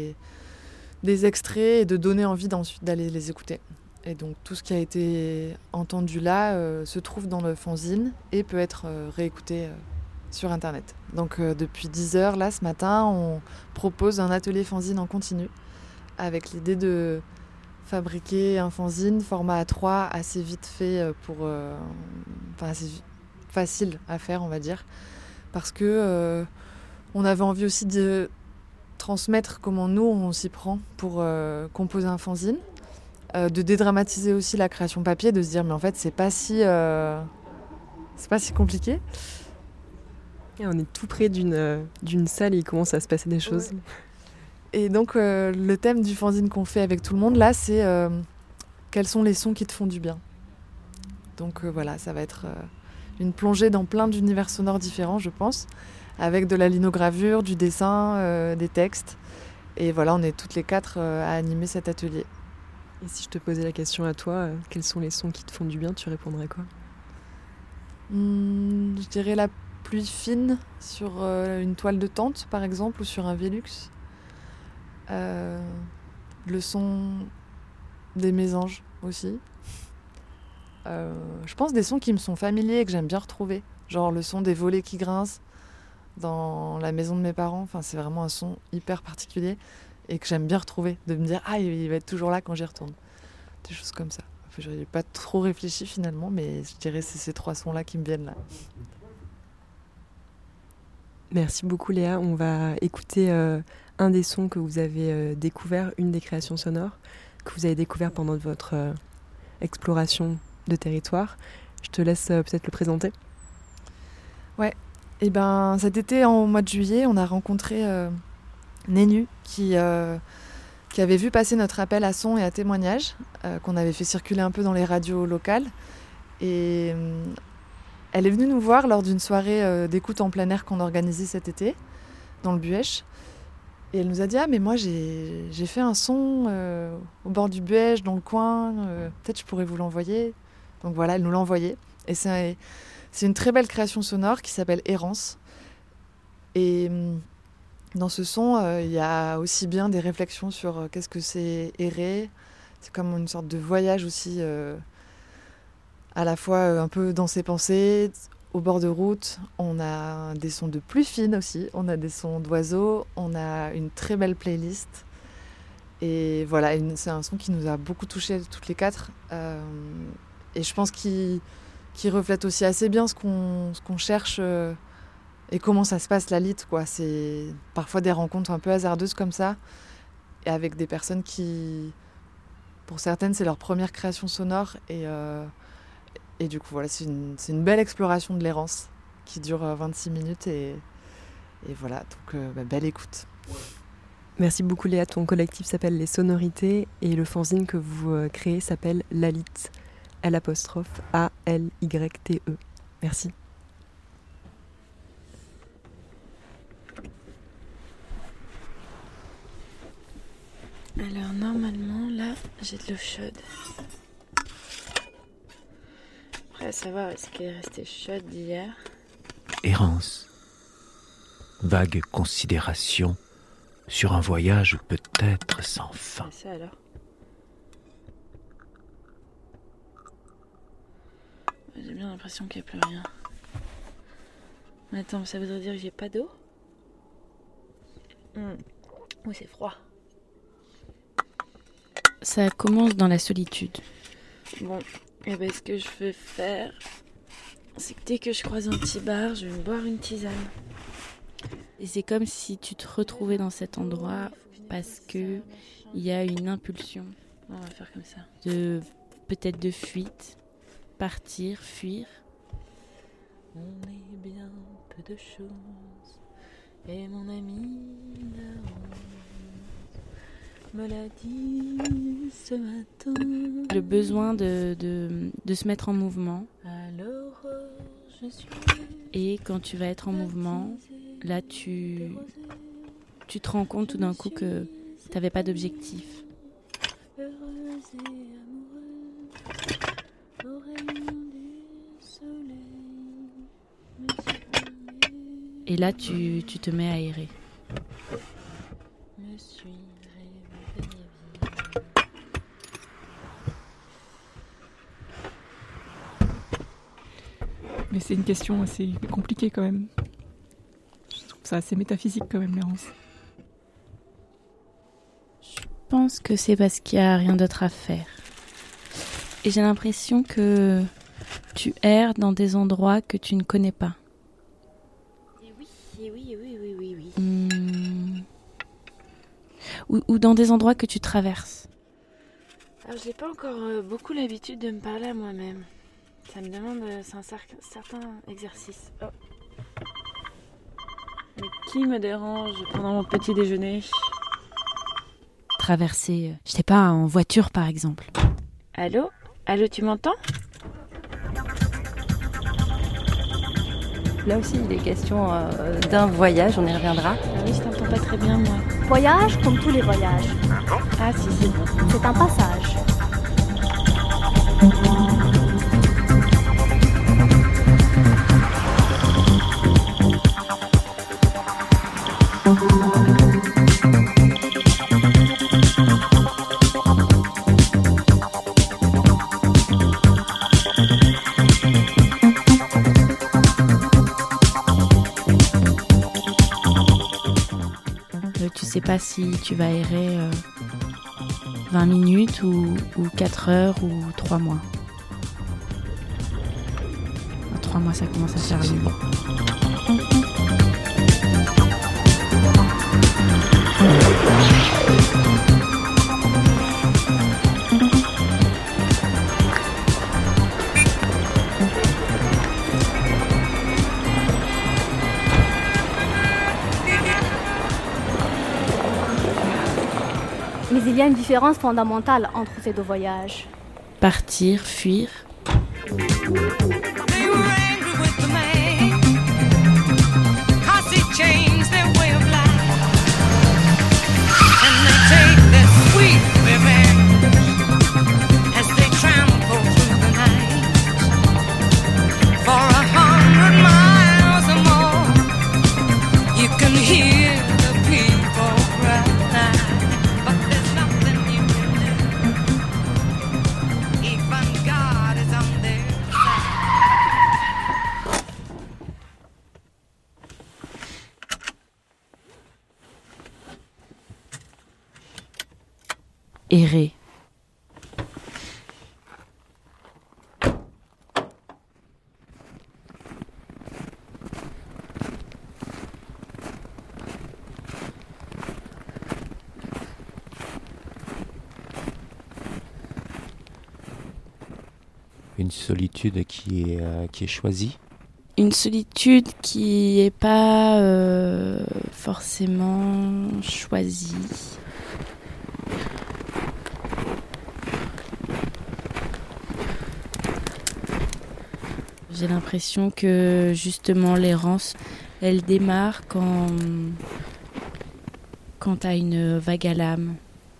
des extraits et de donner envie ensuite d'aller les écouter. Et donc tout ce qui a été entendu là se trouve dans le fanzine et peut être réécouté sur Internet. Donc depuis 10h, là, ce matin, on propose un atelier fanzine en continu avec l'idée de fabriquer un fanzine format A3 assez vite fait assez facile à faire, on va dire, parce que on avait envie aussi de transmettre comment nous on s'y prend pour composer un fanzine, de dédramatiser aussi la création papier, de se dire mais en fait c'est pas si compliqué. Et on est tout près d'une salle et il commence à se passer des choses. Ouais. Et donc le thème du fanzine qu'on fait avec tout le monde là, c'est quels sont les sons qui te font du bien. Donc voilà, ça va être une plongée dans plein d'univers sonores différents, je pense, avec de la linogravure, du dessin, des textes. Et voilà, on est toutes les 4 à animer cet atelier. Et si je te posais la question à toi, quels sont les sons qui te font du bien, tu répondrais quoi? Je dirais la pluie fine sur une toile de tente, par exemple, ou sur un Velux. Le son des mésanges aussi. Je pense des sons qui me sont familiers et que j'aime bien retrouver. Genre le son des volets qui grincent dans la maison de mes parents. Enfin, c'est vraiment un son hyper particulier et que j'aime bien retrouver. De me dire, ah, il va être toujours là quand j'y retourne. Des choses comme ça. Enfin, je n'ai pas trop réfléchi finalement, mais je dirais que c'est ces 3 sons-là qui me viennent là. Merci beaucoup Léa. On va écouter un des sons que vous avez découvert, une des créations sonores. que vous avez découvert pendant votre exploration de territoire. Je te laisse peut-être le présenter. Ouais, et ben cet été, au mois de juillet, on a rencontré Nénu qui avait vu passer notre appel à son et à témoignage, qu'on avait fait circuler un peu dans les radios locales. Et elle est venue nous voir lors d'une soirée d'écoute en plein air qu'on organisait cet été, dans le Buëch. Et elle nous a dit « Ah, mais moi, j'ai fait un son au bord du Buëch, dans le coin, peut-être je pourrais vous l'envoyer. » Donc voilà, elle nous l'a envoyé. Et c'est une très belle création sonore qui s'appelle « Errance ». Et dans ce son, il y a aussi bien des réflexions sur qu'est-ce que c'est errer. C'est comme une sorte de voyage aussi, à la fois un peu dans ses pensées, au bord de route. On a des sons de pluie fine aussi, on a des sons d'oiseaux, on a une très belle playlist. Et voilà, c'est un son qui nous a beaucoup touchés toutes les quatre. Et je pense qu'il reflète aussi assez bien ce qu'on cherche et comment ça se passe la Lite, quoi. C'est parfois des rencontres un peu hasardeuses comme ça, et avec des personnes qui, pour certaines, c'est leur première création sonore. Et du coup, voilà, c'est une belle exploration de l'errance qui dure 26 minutes. Et voilà, donc belle écoute. Merci beaucoup Léa. Ton collectif s'appelle Les Sonorités et le fanzine que vous créez s'appelle Lalite. L''ALYTE. Merci. Alors normalement, là, j'ai de l'eau chaude. Après, à savoir, est-ce qu'elle est restée chaude d'hier ? Errance. Vague considération sur un voyage peut-être sans fin. C'est ça alors ? J'ai bien l'impression qu'il n'y a plus rien. Mais attends, ça voudrait dire que j'ai pas d'eau ? Oui, c'est froid. Ça commence dans la solitude. Bon, et ben ce que je veux faire, c'est que dès que je croise un petit bar, je vais me boire une tisane. Et c'est comme si tu te retrouvais dans cet endroit parce que il y a une impulsion. On va faire comme ça. Peut-être de fuite, partir, fuir. On est bien peu de choses. Et mon ami me l'a dit ce matin. Le besoin de se mettre en mouvement. Alors, je suis... Et quand tu vas être en mouvement, là tu te rends compte tout d'un coup que tu n'avais pas d'objectif. Et là tu te mets à errer. Mais c'est une question assez compliquée quand même. Je trouve ça assez métaphysique quand même, l'errance. Je pense que c'est parce qu'il n'y a rien d'autre à faire. Et j'ai l'impression que tu erres dans des endroits que tu ne connais pas. Oui. Ou dans des endroits que tu traverses. Alors, je n'ai pas encore beaucoup l'habitude de me parler à moi-même. Ça me demande, c'est un certain exercice. Oh. Mais qui me dérange pendant mon petit déjeuner ? Traverser, je sais pas, en voiture par exemple. Allô ? Allô, tu m'entends ? Là aussi, il est question d'un voyage, on y reviendra. Ah oui, je t'entends pas très bien, moi. Voyage comme tous les voyages. Ah si, c'est bon. C'est un passage. Tu sais pas si tu vas errer 20 minutes ou 4 heures ou 3 mois. 3 mois, ça commence à faire long. Mais il y a une différence fondamentale entre ces deux voyages. Partir, fuir. Errer. Une solitude qui est choisie. Une solitude qui n'est pas forcément choisie. J'ai l'impression que justement l'errance, elle démarre quand t'as une vague à l'âme.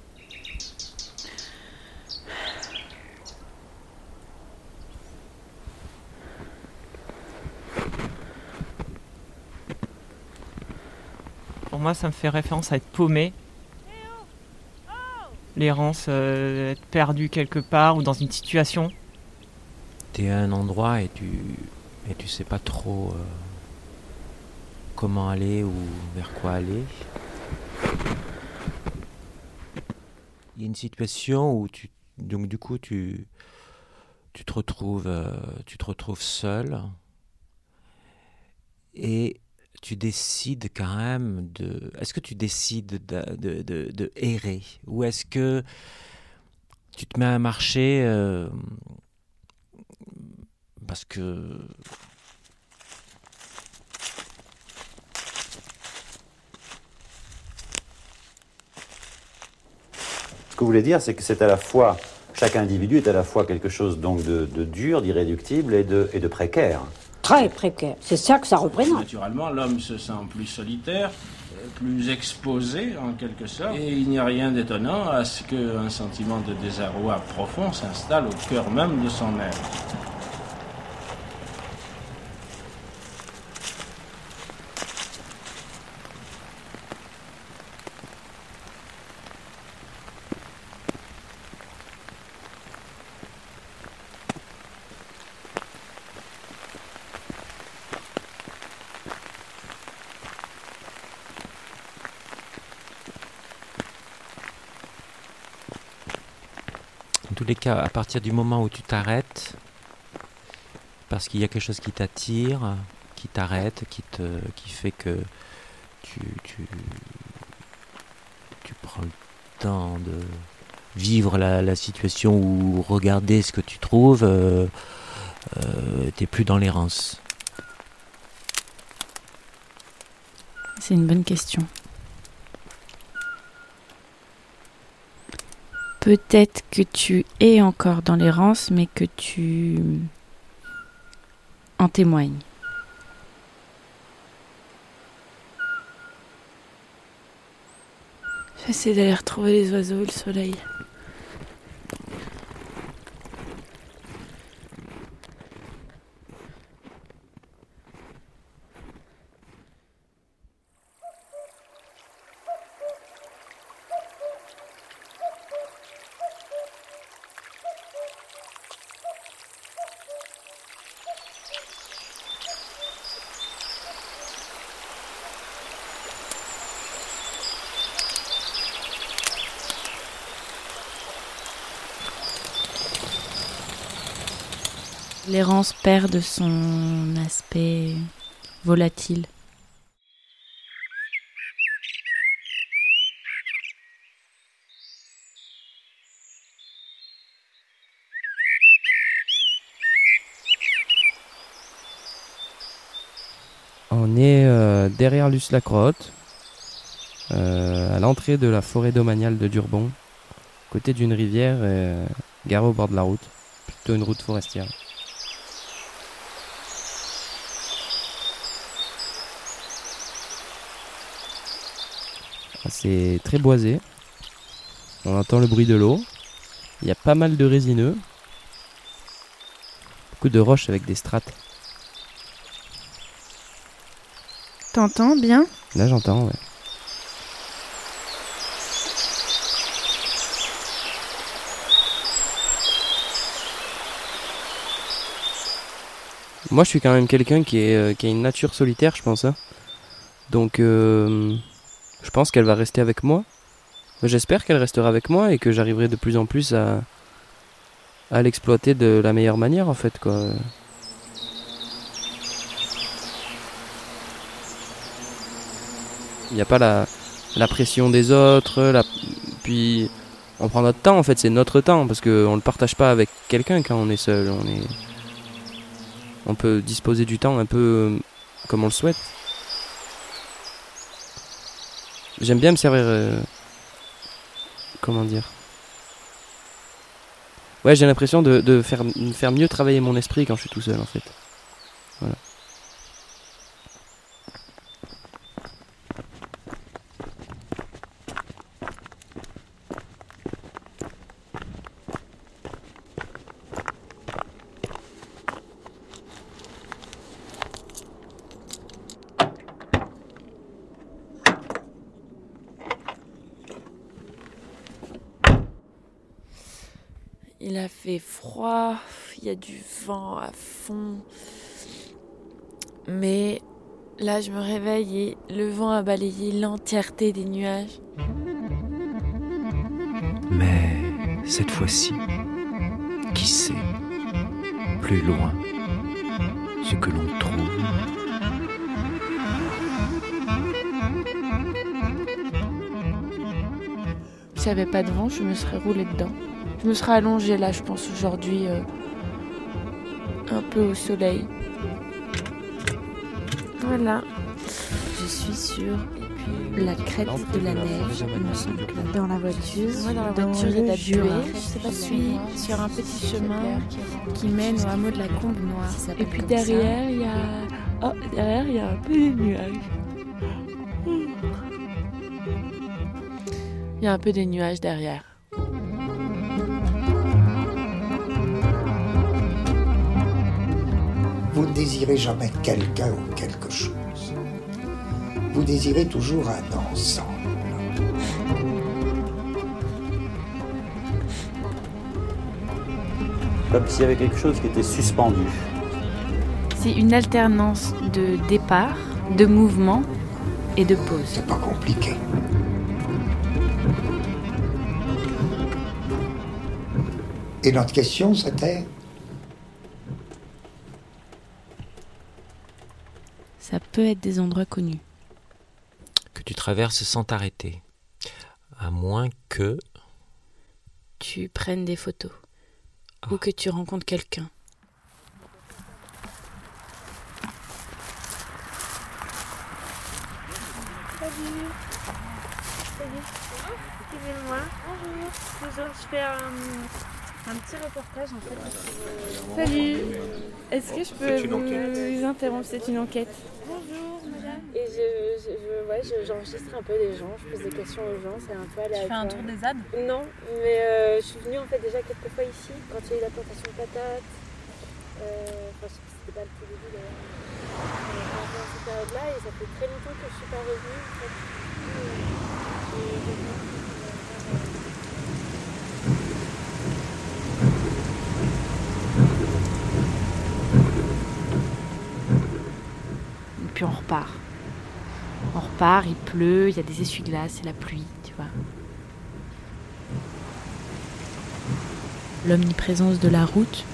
Pour moi, ça me fait référence à être paumé. L'errance, être perdu quelque part ou dans une situation. T'es à un endroit et tu sais pas trop comment aller ou vers quoi aller. Il y a une situation où tu te retrouves seul et tu décides quand même de... Est-ce que tu décides de errer ou est-ce que tu te mets à marcher parce que... Ce que vous voulez dire, c'est que c'est à la fois, chaque individu est à la fois quelque chose donc de dur, d'irréductible et de précaire. Très précaire, c'est ça que ça représente. Naturellement, l'homme se sent plus solitaire, plus exposé en quelque sorte. Et il n'y a rien d'étonnant à ce qu'un sentiment de désarroi profond s'installe au cœur même de son être. En tous les cas, à partir du moment où tu t'arrêtes, parce qu'il y a quelque chose qui t'attire, qui t'arrête, qui fait que tu prends le temps de vivre la situation ou regarder ce que tu trouves, t'es plus dans l'errance. C'est une bonne question. Peut-être que tu es encore dans l'errance, mais que tu en témoignes. J'essaie d'aller retrouver les oiseaux et le soleil. L'errance perd de son aspect volatile. On est derrière Luce-la-Crotte, à l'entrée de la forêt domaniale de Durbon, côté d'une rivière, garée au bord de la route. Plutôt une route forestière. C'est très boisé. On entend le bruit de l'eau. Il y a pas mal de résineux. Beaucoup de roches avec des strates. T'entends bien ? Là j'entends, ouais. Moi je suis quand même quelqu'un qui a une nature solitaire, je pense. Hein. Donc je pense qu'elle va rester avec moi. J'espère qu'elle restera avec moi et que j'arriverai de plus en plus à l'exploiter de la meilleure manière en fait, quoi. Il n'y a pas la pression des autres, puis on prend notre temps en fait, c'est notre temps parce qu'on ne le partage pas avec quelqu'un quand on est seul. On peut disposer du temps un peu comme on le souhaite. J'aime bien me servir... comment dire ? Ouais, j'ai l'impression de faire mieux travailler mon esprit quand je suis tout seul en fait. Voilà. Il a fait froid, il y a du vent à fond. Mais là, je me réveille et le vent a balayé l'entièreté des nuages. Mais cette fois-ci, qui sait, plus loin, ce que l'on trouve. S'il n'y avait pas de vent, je me serais roulée dedans. Je me serais allongée là, je pense, aujourd'hui, un peu au soleil. Voilà. Je suis sur la crête de la neige, il me semble que dans la voiture. Ouais, dans la voiture, il y a de la buée. Je suis sur un petit chemin qui mène au hameau de la Combe Noire. Et puis derrière, il y a... Oh, derrière, il y a un peu des nuages. Il y a un peu des nuages derrière. Vous ne désirez jamais quelqu'un ou quelque chose. Vous désirez toujours un ensemble. Comme s'il y avait quelque chose qui était suspendu. C'est une alternance de départ, de mouvement et de pause. C'est pas compliqué. Et notre question, c'était ? Ça peut être des endroits connus. Que tu traverses sans t'arrêter. À moins que... tu prennes des photos. Ou que tu rencontres quelqu'un. Salut. Excusez-moi. Bonjour. Je fais un petit reportage en fait. Salut. Est-ce que je peux vous interrompre? C'est une enquête. Bonjour madame. Et j'enregistre un peu les gens, je pose des questions aux gens, c'est un peu aléatoire. Tu fais un tour des ZAD? Non, mais je suis venue en fait déjà quelques fois ici, quand il y a eu la plantation de patates. Enfin, c'était pas le tout début d'ailleurs. Pendant cette période-là, et ça fait très longtemps que je suis pas revenue en fait. Et puis on repart. On repart, il pleut, il y a des essuie-glaces, c'est la pluie, tu vois. L'omniprésence de la route,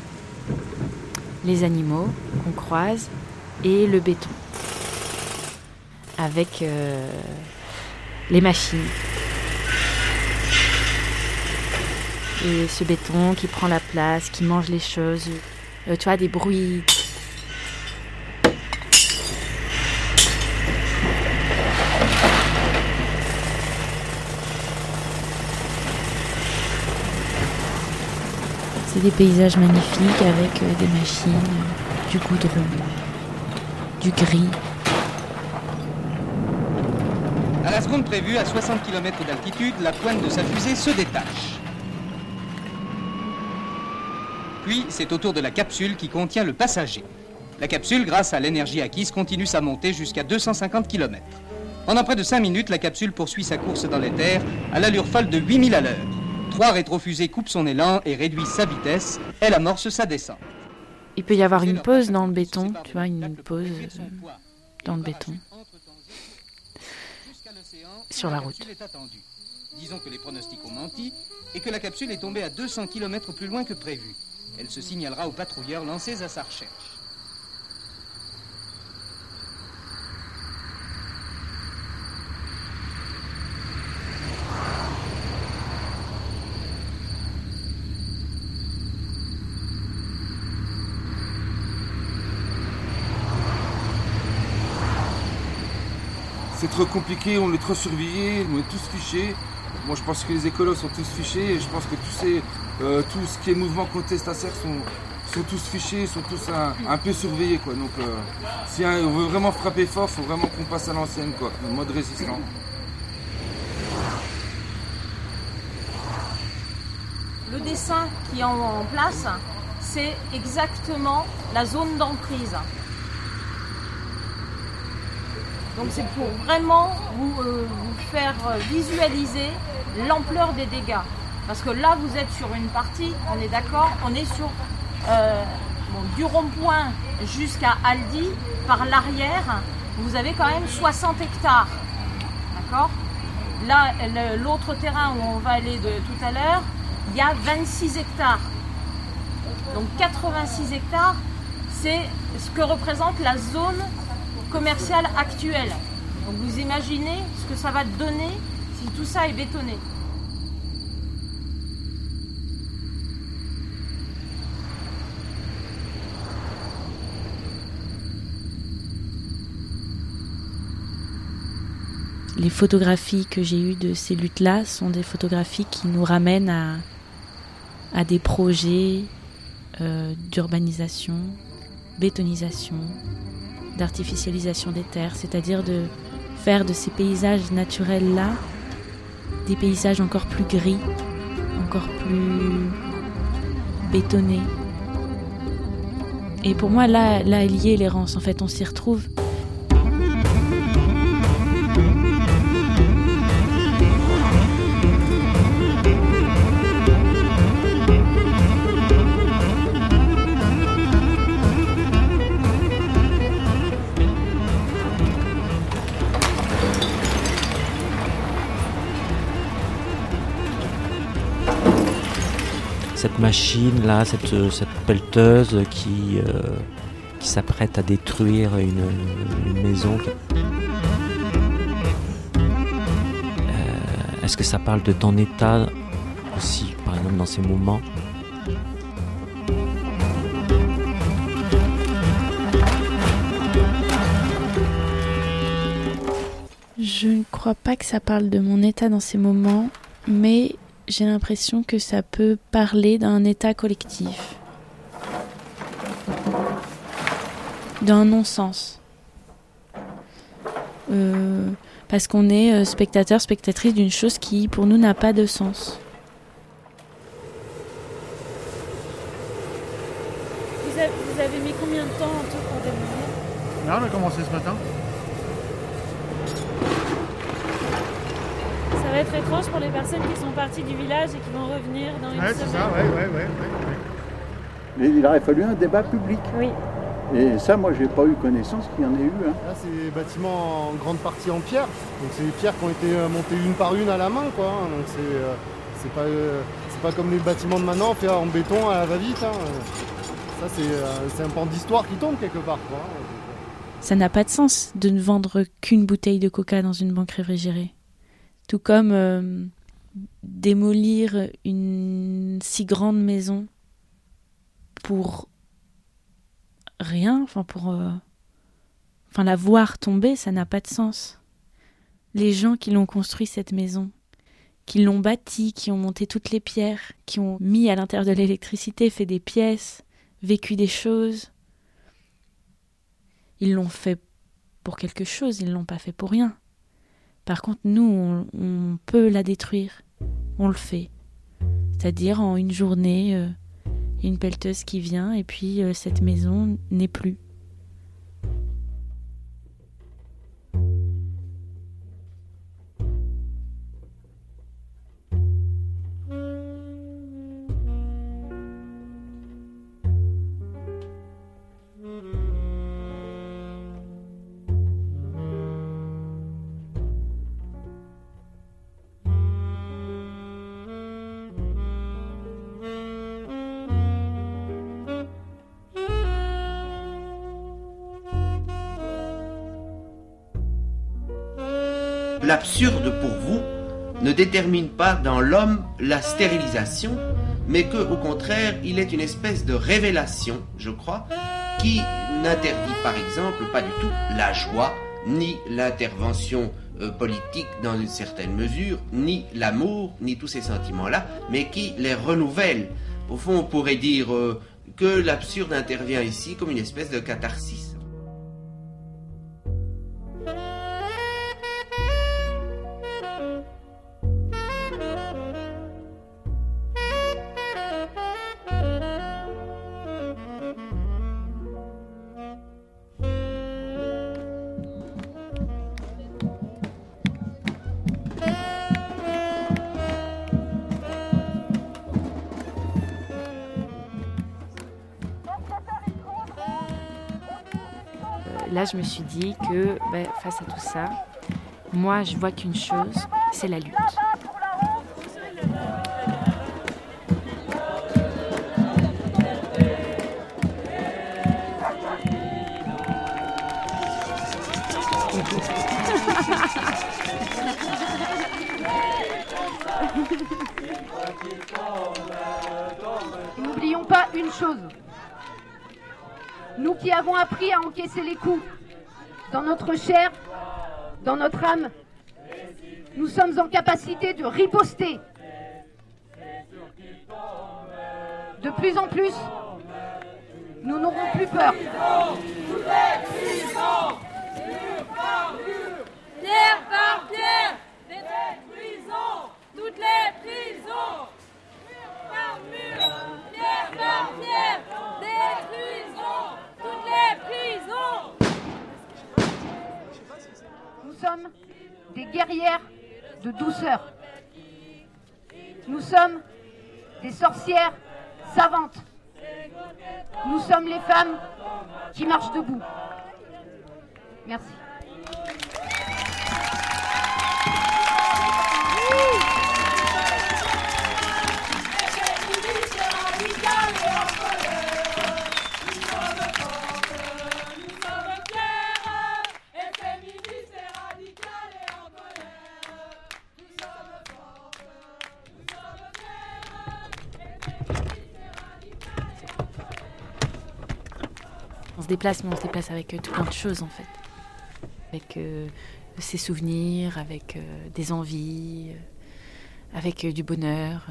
les animaux qu'on croise et le béton. Avec les machines. Et ce béton qui prend la place, qui mange les choses. Tu vois, des bruits. C'est des paysages magnifiques avec des machines, du goudron, du gris. À la seconde prévue, à 60 km d'altitude, la pointe de sa fusée se détache. Puis, c'est au tour de la capsule qui contient le passager. La capsule, grâce à l'énergie acquise, continue sa montée jusqu'à 250 km. Pendant près de 5 minutes, la capsule poursuit sa course dans les terres à l'allure folle de 8000 à l'heure. 3 rétrofusées coupent son élan et réduisent sa vitesse. Elle amorce sa descente. Il peut y avoir une pause dans le béton, tu vois, une pause dans le béton. Sur la route. Disons que les pronostics ont menti et que la capsule est tombée à 200 km plus loin que prévu. Elle se signalera aux patrouilleurs lancés à sa recherche. C'est trop compliqué, on est trop surveillés, on est tous fichés. Moi je pense que les écolos sont tous fichés et je pense que tout ce qui est mouvement contestataire sont tous fichés, sont tous un peu surveillés, quoi. Donc si on veut vraiment frapper fort, il faut vraiment qu'on passe à l'ancienne, quoi, en mode résistant. Le dessin qui est en place, c'est exactement la zone d'emprise. Donc c'est pour vraiment vous faire visualiser l'ampleur des dégâts. Parce que là, vous êtes sur une partie, on est d'accord, on est sur du rond-point jusqu'à Aldi, par l'arrière, vous avez quand même 60 hectares. D'accord ? Là, l'autre terrain où on va aller de tout à l'heure, il y a 26 hectares. Donc 86 hectares, c'est ce que représente la zone commerciale actuelle. Donc vous imaginez ce que ça va donner si tout ça est bétonné. Les photographies que j'ai eues de ces luttes-là sont des photographies qui nous ramènent à des projets d'urbanisation, bétonisation, d'artificialisation des terres, c'est-à-dire de faire de ces paysages naturels-là des paysages encore plus gris, encore plus bétonnés. Et pour moi, là est liée l'errance. En fait, on s'y retrouve. Cette machine là, cette pelleteuse qui s'apprête à détruire une maison. Est-ce que ça parle de ton état aussi, par exemple, dans ces moments ? Je ne crois pas que ça parle de mon état dans ces moments, mais j'ai l'impression que ça peut parler d'un état collectif, d'un non-sens. Parce qu'on est spectateur, spectatrice d'une chose qui, pour nous, n'a pas de sens. Vous avez mis combien de temps en tout pour démarrer ? Là, on a commencé ce matin. Ça va être étrange pour les personnes qui sont parties du village et qui vont revenir dans une semaine. C'est ça, ouais. Mais il aurait fallu un débat public. Oui. Et ça, moi, j'ai pas eu connaissance qu'il y en ait eu. Hein. Là, c'est des bâtiments en grande partie en pierre. Donc, c'est des pierres qui ont été montées une par une à la main, quoi. Donc, c'est pas comme les bâtiments de maintenant faits en béton à la va-vite. Hein. Ça, c'est un pan d'histoire qui tombe quelque part, quoi. Ça n'a pas de sens de ne vendre qu'une bouteille de coca dans une banque réfrigérée. Tout comme démolir une si grande maison pour rien, la voir tomber, ça n'a pas de sens. Les gens qui l'ont construit, cette maison, qui l'ont bâti, qui ont monté toutes les pierres, qui ont mis à l'intérieur de l'électricité, fait des pièces, vécu des choses. Ils l'ont fait pour quelque chose, ils ne l'ont pas fait pour rien. Par contre, nous, on peut la détruire. On le fait. C'est-à-dire, en une journée, une pelleteuse qui vient et puis cette maison n'est plus. L'absurde pour vous ne détermine pas dans l'homme la stérilisation, mais que, au contraire, il est une espèce de révélation, je crois, qui n'interdit par exemple pas du tout la joie, ni l'intervention politique dans une certaine mesure, ni l'amour, ni tous ces sentiments-là, mais qui les renouvelle. Au fond, on pourrait dire que l'absurde intervient ici comme une espèce de catharsis. Là, je me suis dit que face à tout ça, moi, je vois qu'une chose, c'est la lutte. N'oublions pas une chose. Nous qui avons appris à encaisser les coups, dans notre chair, dans notre âme, nous sommes en capacité de riposter. De plus en plus, nous n'aurons plus peur. Pierre par pierre, détruisons toutes les prisons. Mur par mur, pierre par pierre, détruisons toutes les prisons. Nous sommes des guerrières de douceur. Nous sommes des sorcières savantes. Nous sommes les femmes qui marchent debout. Merci. On se déplace, mais on se déplace avec tout plein de choses en fait. Avec ses souvenirs, avec des envies, avec du bonheur.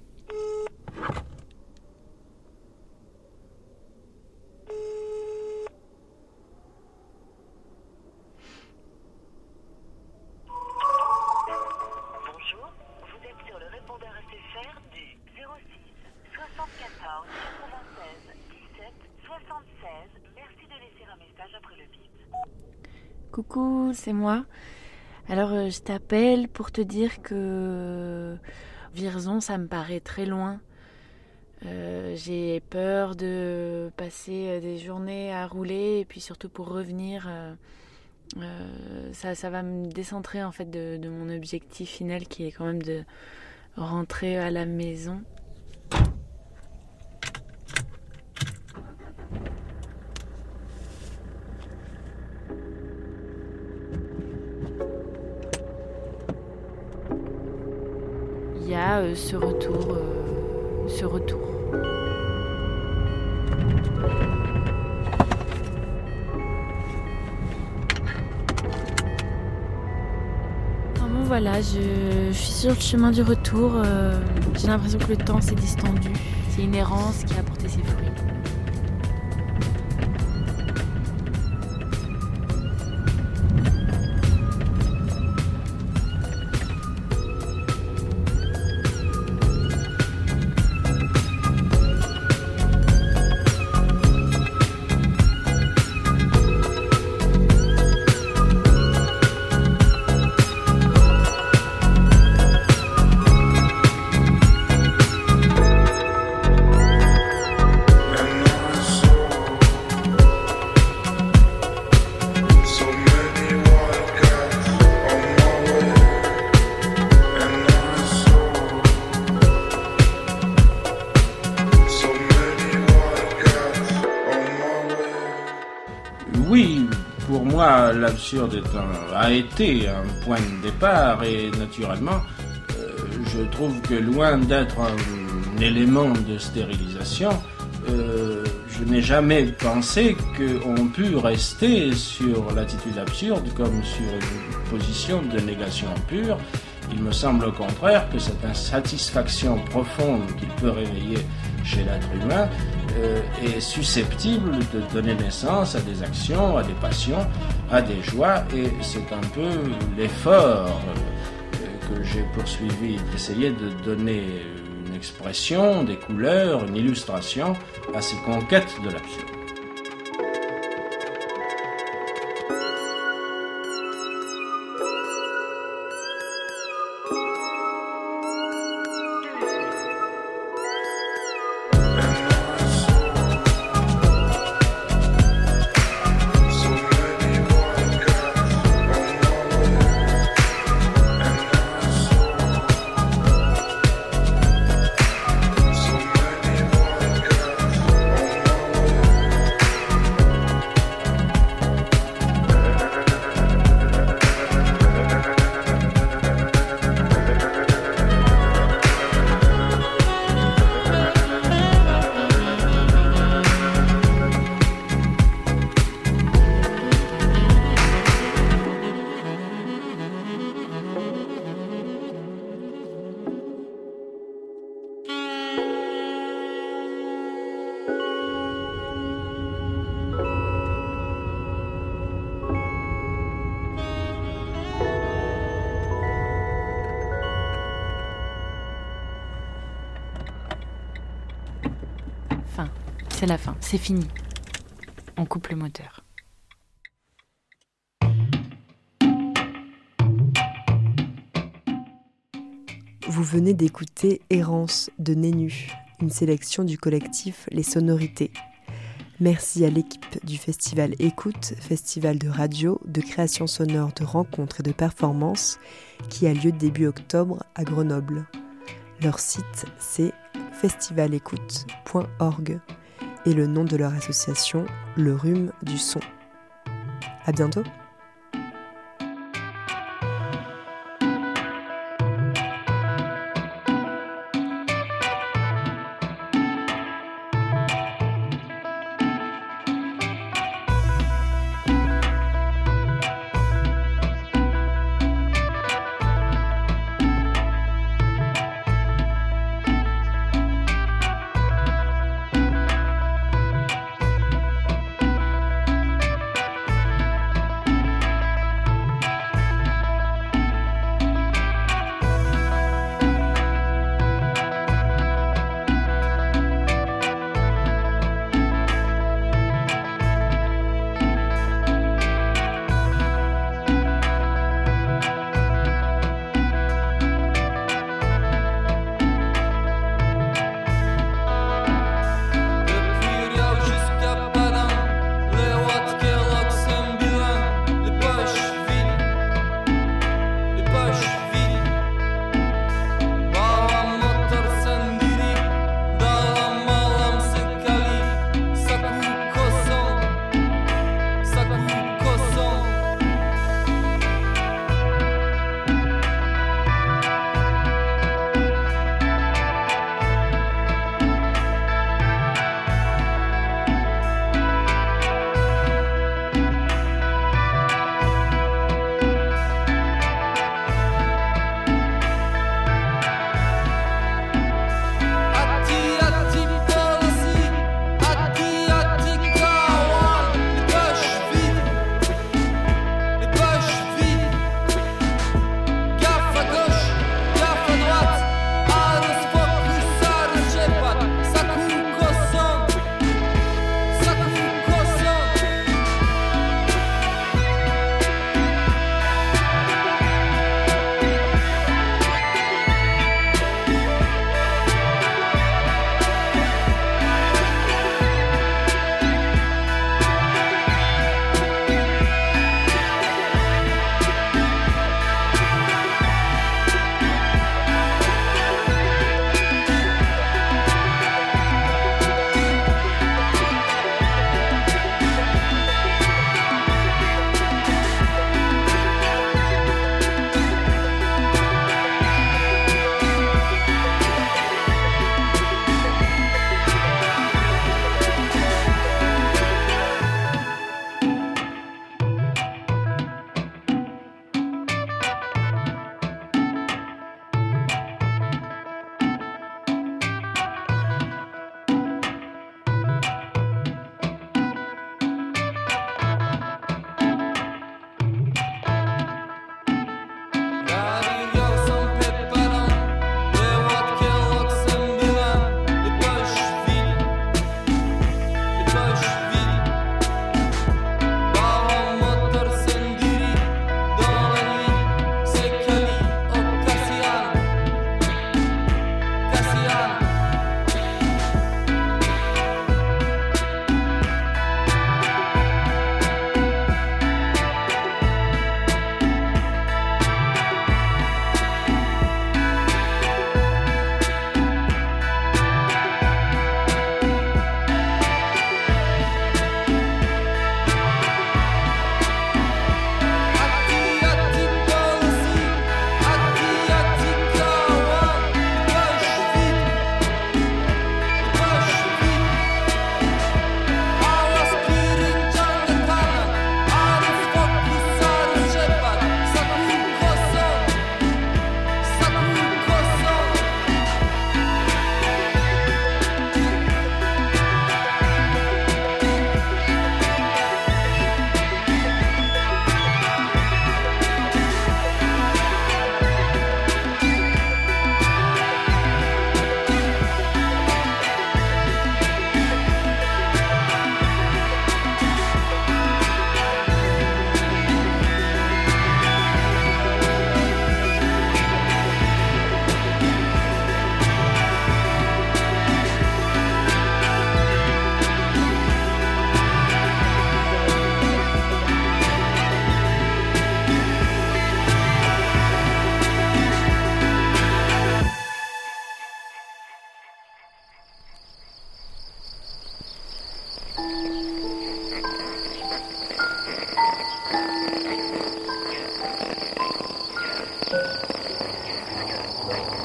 Bonjour, vous êtes sur le répondeur SFR du 06 74 96 17 76. Merci de laisser un message après le bip. Coucou, c'est moi. Alors je t'appelle pour te dire que Vierzon, ça me paraît très loin. J'ai peur de passer des journées à rouler et puis surtout pour revenir, ça va me décentrer en fait de mon objectif final qui est quand même de rentrer à la maison. Il y a ce retour. Maman voilà, je suis sur le chemin du retour. J'ai l'impression que le temps s'est distendu. C'est une errance qui a apporté ses fruits. Oui, pour moi, l'absurde a été un point de départ et naturellement, je trouve que loin d'être un élément de stérilisation, je n'ai jamais pensé qu'on pût rester sur l'attitude absurde comme sur une position de négation pure. Il me semble au contraire que cette insatisfaction profonde qu'il peut réveiller chez l'être humain est susceptible de donner naissance à des actions, à des passions, à des joies, et c'est un peu l'effort que j'ai poursuivi, d'essayer de donner une expression, des couleurs, une illustration à ces conquêtes de l'absurde. C'est la fin, c'est fini. On coupe le moteur. Vous venez d'écouter Errance de Nénu, une sélection du collectif Les Sonorités. Merci à l'équipe du Festival Écoute, festival de radio, de création sonore, de rencontres et de performances qui a lieu début octobre à Grenoble. Leur site, c'est festivalécoute.org et le nom de leur association, Le Rhume du Son. À bientôt!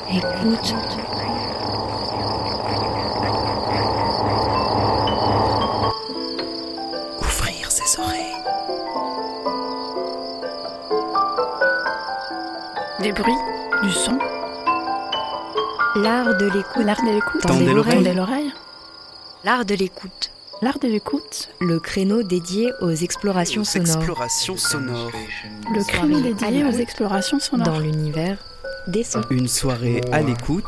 Écoute. Ouvrir ses oreilles. Des bruits, du son. L'art de l'écoute. L'art de l'écoute. Tendez l'oreille. Tendez l'oreille. L'art de l'écoute. L'art de l'écoute. Le créneau dédié aux explorations sonores. Le créneau dédié aux explorations sonores. Dans l'univers des sons. Une soirée à l'écoute.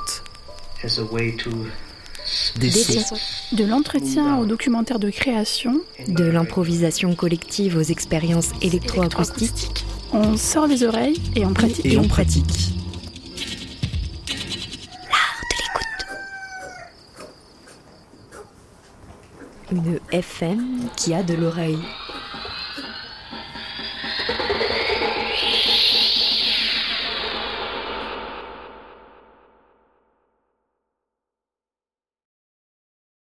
Des sons. De l'entretien au documentaire de création. De l'improvisation collective aux expériences électroacoustiques. On sort les oreilles et on pratique. L'art de l'écoute. Une FM qui a de l'oreille.